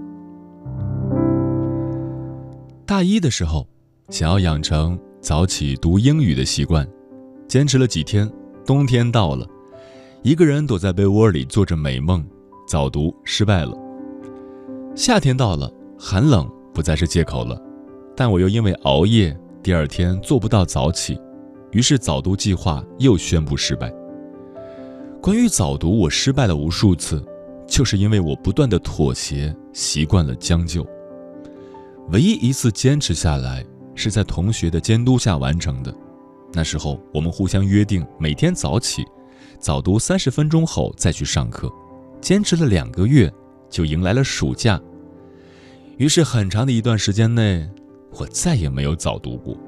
大一的时候，想要养成早起读英语的习惯，坚持了几天，冬天到了，一个人躲在被窝里做着美梦，早读失败了。夏天到了，寒冷不再是借口了，但我又因为熬夜，第二天做不到早起，于是早读计划又宣布失败。关于早读，我失败了无数次，就是因为我不断的妥协，习惯了将就。唯一一次坚持下来，是在同学的监督下完成的。那时候我们互相约定每天早起，早读30分钟后再去上课，坚持了2个月，就迎来了暑假。于是很长的一段时间内，我再也没有早读过。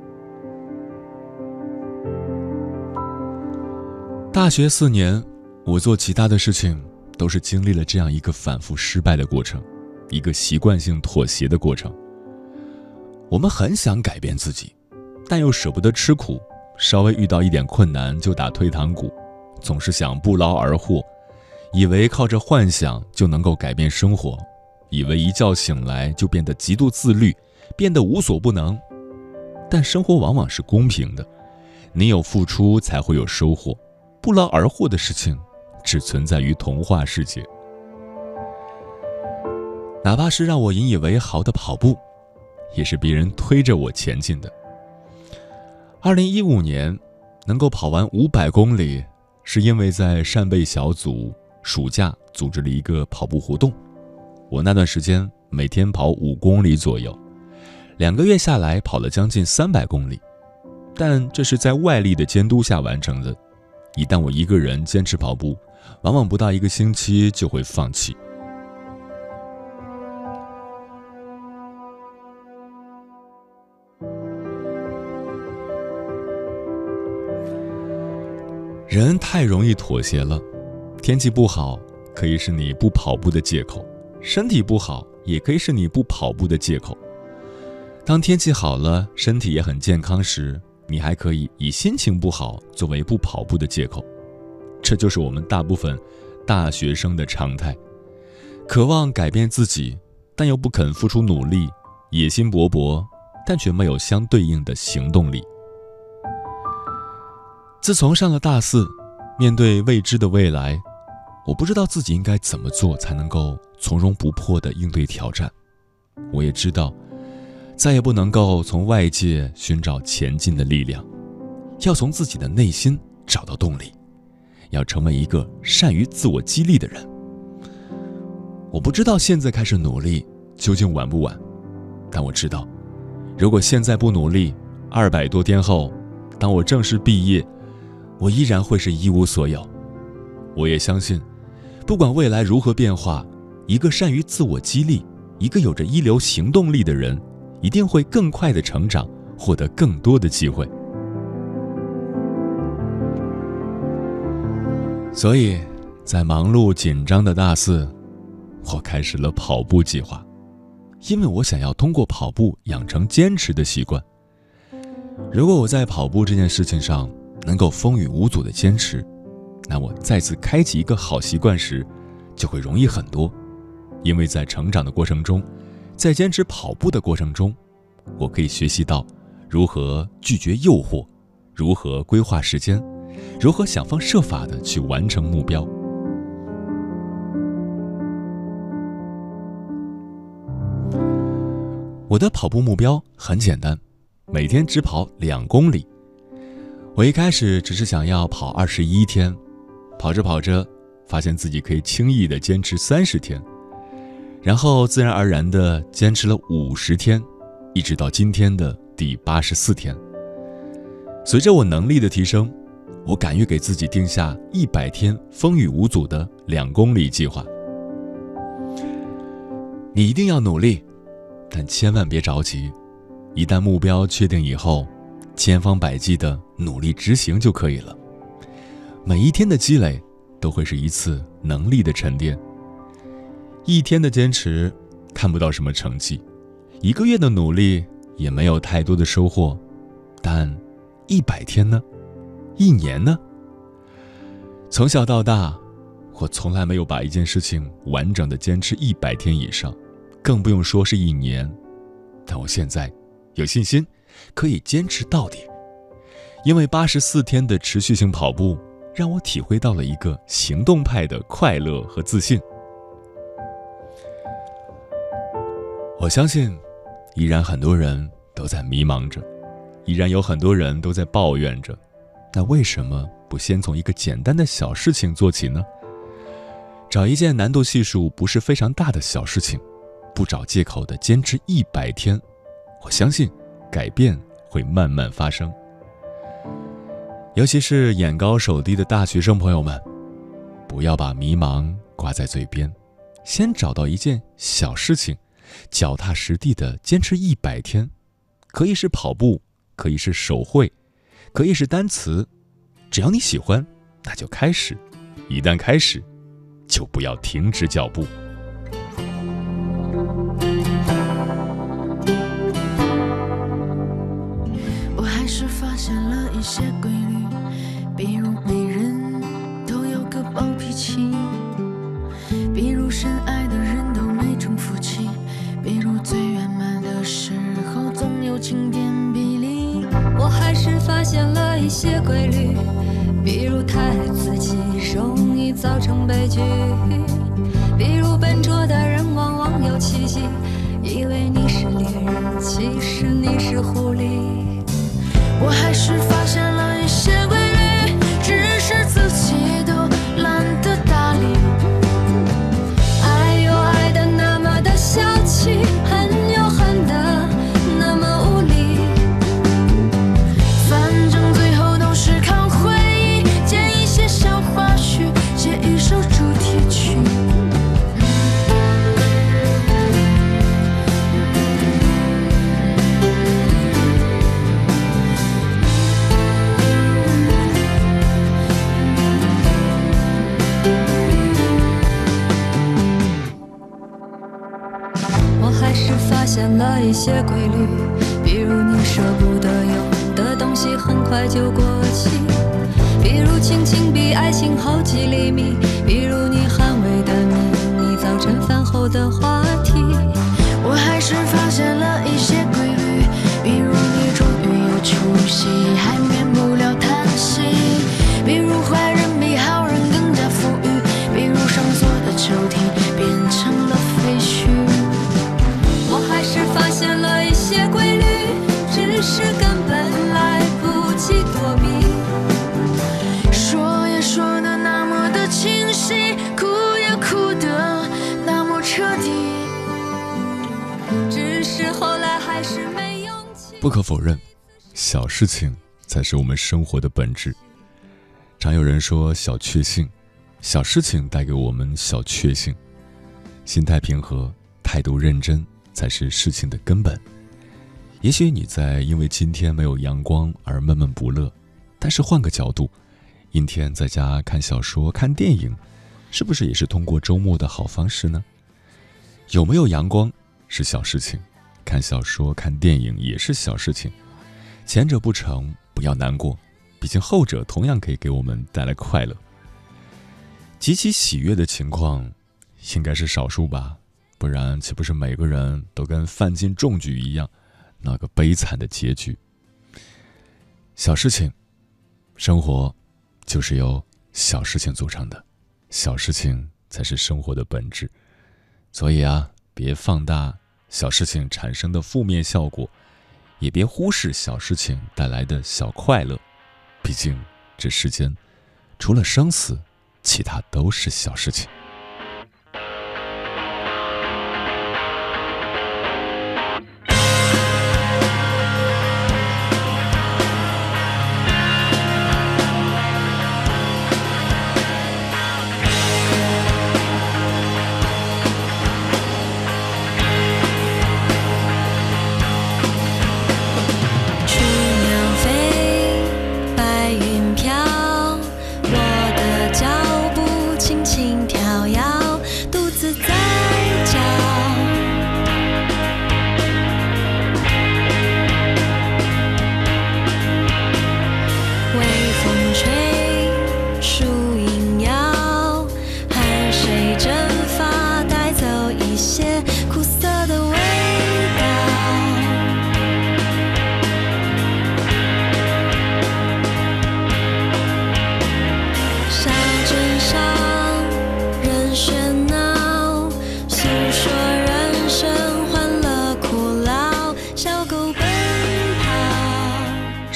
大学4年，我做其他的事情都是经历了这样一个反复失败的过程，一个习惯性妥协的过程。我们很想改变自己，但又舍不得吃苦，稍微遇到一点困难就打退堂鼓，总是想不劳而获，以为靠着幻想就能够改变生活，以为一觉醒来就变得极度自律，变得无所不能。但生活往往是公平的，你有付出才会有收获，不劳而获的事情只存在于童话世界。哪怕是让我引以为豪的跑步，也是别人推着我前进的。2015年能够跑完500公里，是因为在扇贝小组暑假组织了一个跑步活动。我那段时间每天跑5公里左右，2个月下来跑了将近300公里。但这是在外力的监督下完成的，一旦我一个人坚持跑步，往往不到1个星期就会放弃。人太容易妥协了，天气不好可以是你不跑步的借口，身体不好也可以是你不跑步的借口。当天气好了，身体也很健康时，你还可以以心情不好作为不跑步的借口。这就是我们大部分大学生的常态，渴望改变自己，但又不肯付出努力，野心勃勃，但却没有相对应的行动力。自从上了大4，面对未知的未来，我不知道自己应该怎么做才能够从容不迫地应对挑战。我也知道再也不能够从外界寻找前进的力量，要从自己的内心找到动力，要成为一个善于自我激励的人。我不知道现在开始努力究竟晚不晚，但我知道如果现在不努力，200多天后，当我正式毕业，我依然会是一无所有。我也相信，不管未来如何变化，一个善于自我激励，一个有着一流行动力的人，一定会更快的成长，获得更多的机会。所以在忙碌紧张的大4，我开始了跑步计划，因为我想要通过跑步养成坚持的习惯。如果我在跑步这件事情上能够风雨无阻的坚持，那我再次开启一个好习惯时就会容易很多。因为在成长的过程中，在坚持跑步的过程中，我可以学习到如何拒绝诱惑，如何规划时间，如何想方设法地去完成目标。我的跑步目标很简单，每天只跑2公里。我一开始只是想要跑21天，跑着跑着发现自己可以轻易地坚持30天，然后自然而然地坚持了50天，一直到今天的第84天。随着我能力的提升，我敢于给自己定下100天风雨无阻的2公里计划。你一定要努力，但千万别着急，一旦目标确定以后，千方百计的努力执行就可以了。每一天的积累都会是一次能力的沉淀。1天的坚持看不到什么成绩，1个月的努力也没有太多的收获，但100天呢？1年呢？从小到大，我从来没有把一件事情完整的坚持100天以上，更不用说是1年。但我现在有信心可以坚持到底，因为84天的持续性跑步让我体会到了一个行动派的快乐和自信。我相信依然很多人都在迷茫着，依然有很多人都在抱怨着，那为什么不先从一个简单的小事情做起呢？找一件难度系数不是非常大的小事情，不找借口的坚持100天，我相信改变会慢慢发生。尤其是眼高手低的大学生朋友们，不要把迷茫挂在嘴边，先找到一件小事情，脚踏实地的坚持100天，可以是跑步，可以是手绘，可以是单词，只要你喜欢，那就开始，一旦开始，就不要停止脚步。 我还是发现了一些规律，比如每人都有个暴脾气，比如深爱的人都没正负气，比如最圆满的时候总有晴天霹雳。我还是发现了一些规律，比如太爱自己容易造成悲剧，比如笨拙的人往往有奇迹，以为你是猎人，其实你是狐狸。我还是发现了一些规律，只是自己都懒得搭理。爱又爱的那么的小气，恨又恨的那么无力，反正最后都是靠回忆，剪一些小花絮，写一首主题曲。我还是发现了一些规律，比如你舍不得用的东西很快就过期，比如亲情比爱情好几厘米，比如你捍卫的秘密早晨饭后的话题。我还是发现了一些规律，比如你终于有出息，还免不了叹息，比如坏人比好人更加富裕，比如上锁的抽屉变成了废墟。我还是发现了一些规律，只是根本来不及躲避，说也说的那么的清晰，哭也哭的那么彻底，只是后来还是没勇气。 不可否认，小事情才是我们生活的本质。常有人说小确幸，小事情带给我们小确幸，心态平和，态度认真才是事情的根本。也许你在因为今天没有阳光而闷闷不乐，但是换个角度，阴天在家看小说看电影，是不是也是通过周末的好方式呢？有没有阳光是小事情，看小说看电影也是小事情，前者不成不要难过，毕竟后者同样可以给我们带来快乐。极其喜悦的情况应该是少数吧，不然岂不是每个人都跟犯进重举一样，那个悲惨的结局。小事情，生活就是由小事情组成的，小事情才是生活的本质。所以啊，别放大小事情产生的负面效果，也别忽视小事情带来的小快乐。毕竟这世间除了生死，其他都是小事情。 轻轻跳，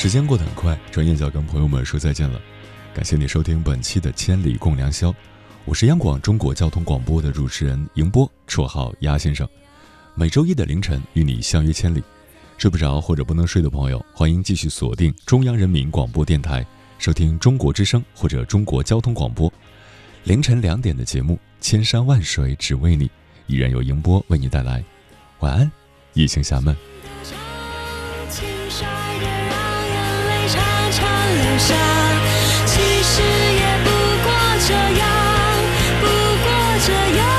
时间过得很快，转眼就要跟朋友们说再见了。感谢你收听本期的千里共良宵，我是央广中国交通广播的主持人迎波，绰号鸭先生。每周一的凌晨与你相约千里。睡不着或者不能睡的朋友，欢迎继续锁定中央人民广播电台，收听中国之声或者中国交通广播。凌晨2点的节目，千山万水只为你，依然由迎波为你带来。晚安，夜行侠们。 轻率的让眼泪常常流下，其实也不过这样，不过这样。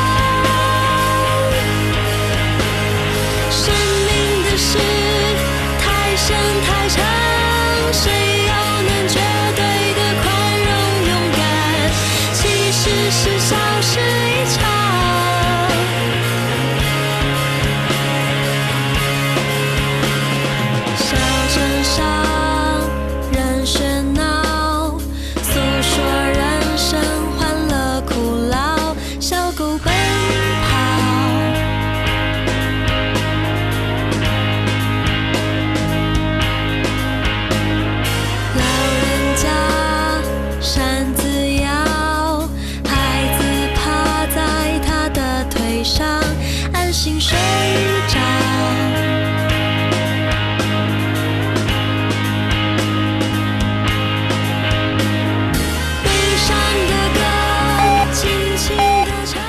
生命的事太深太长，谁又能绝对的宽容勇敢？其实是小事一场。心睡着，悲伤的歌轻轻地唱，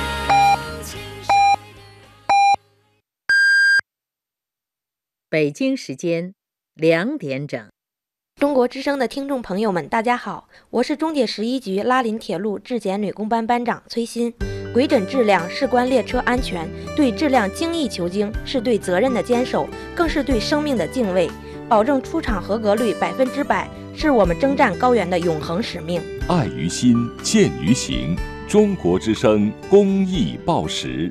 北京时间2点整。 中国之声的听众朋友们，大家好，我是中铁11局拉林铁路质检女工班班长崔鑫。规整质量事关列车安全，对质量精益求精是对责任的坚守，更是对生命的敬畏。保证出厂合格率100%，是我们征战高原的永恒使命。 爱于心，见于行。中国之声公益报时，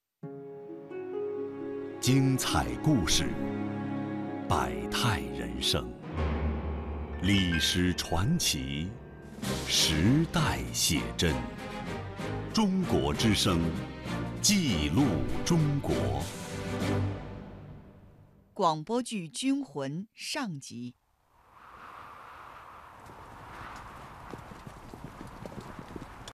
精彩故事，百态人生，历史传奇，时代写真。中国之声，记录中国。 广播剧《军魂》上集。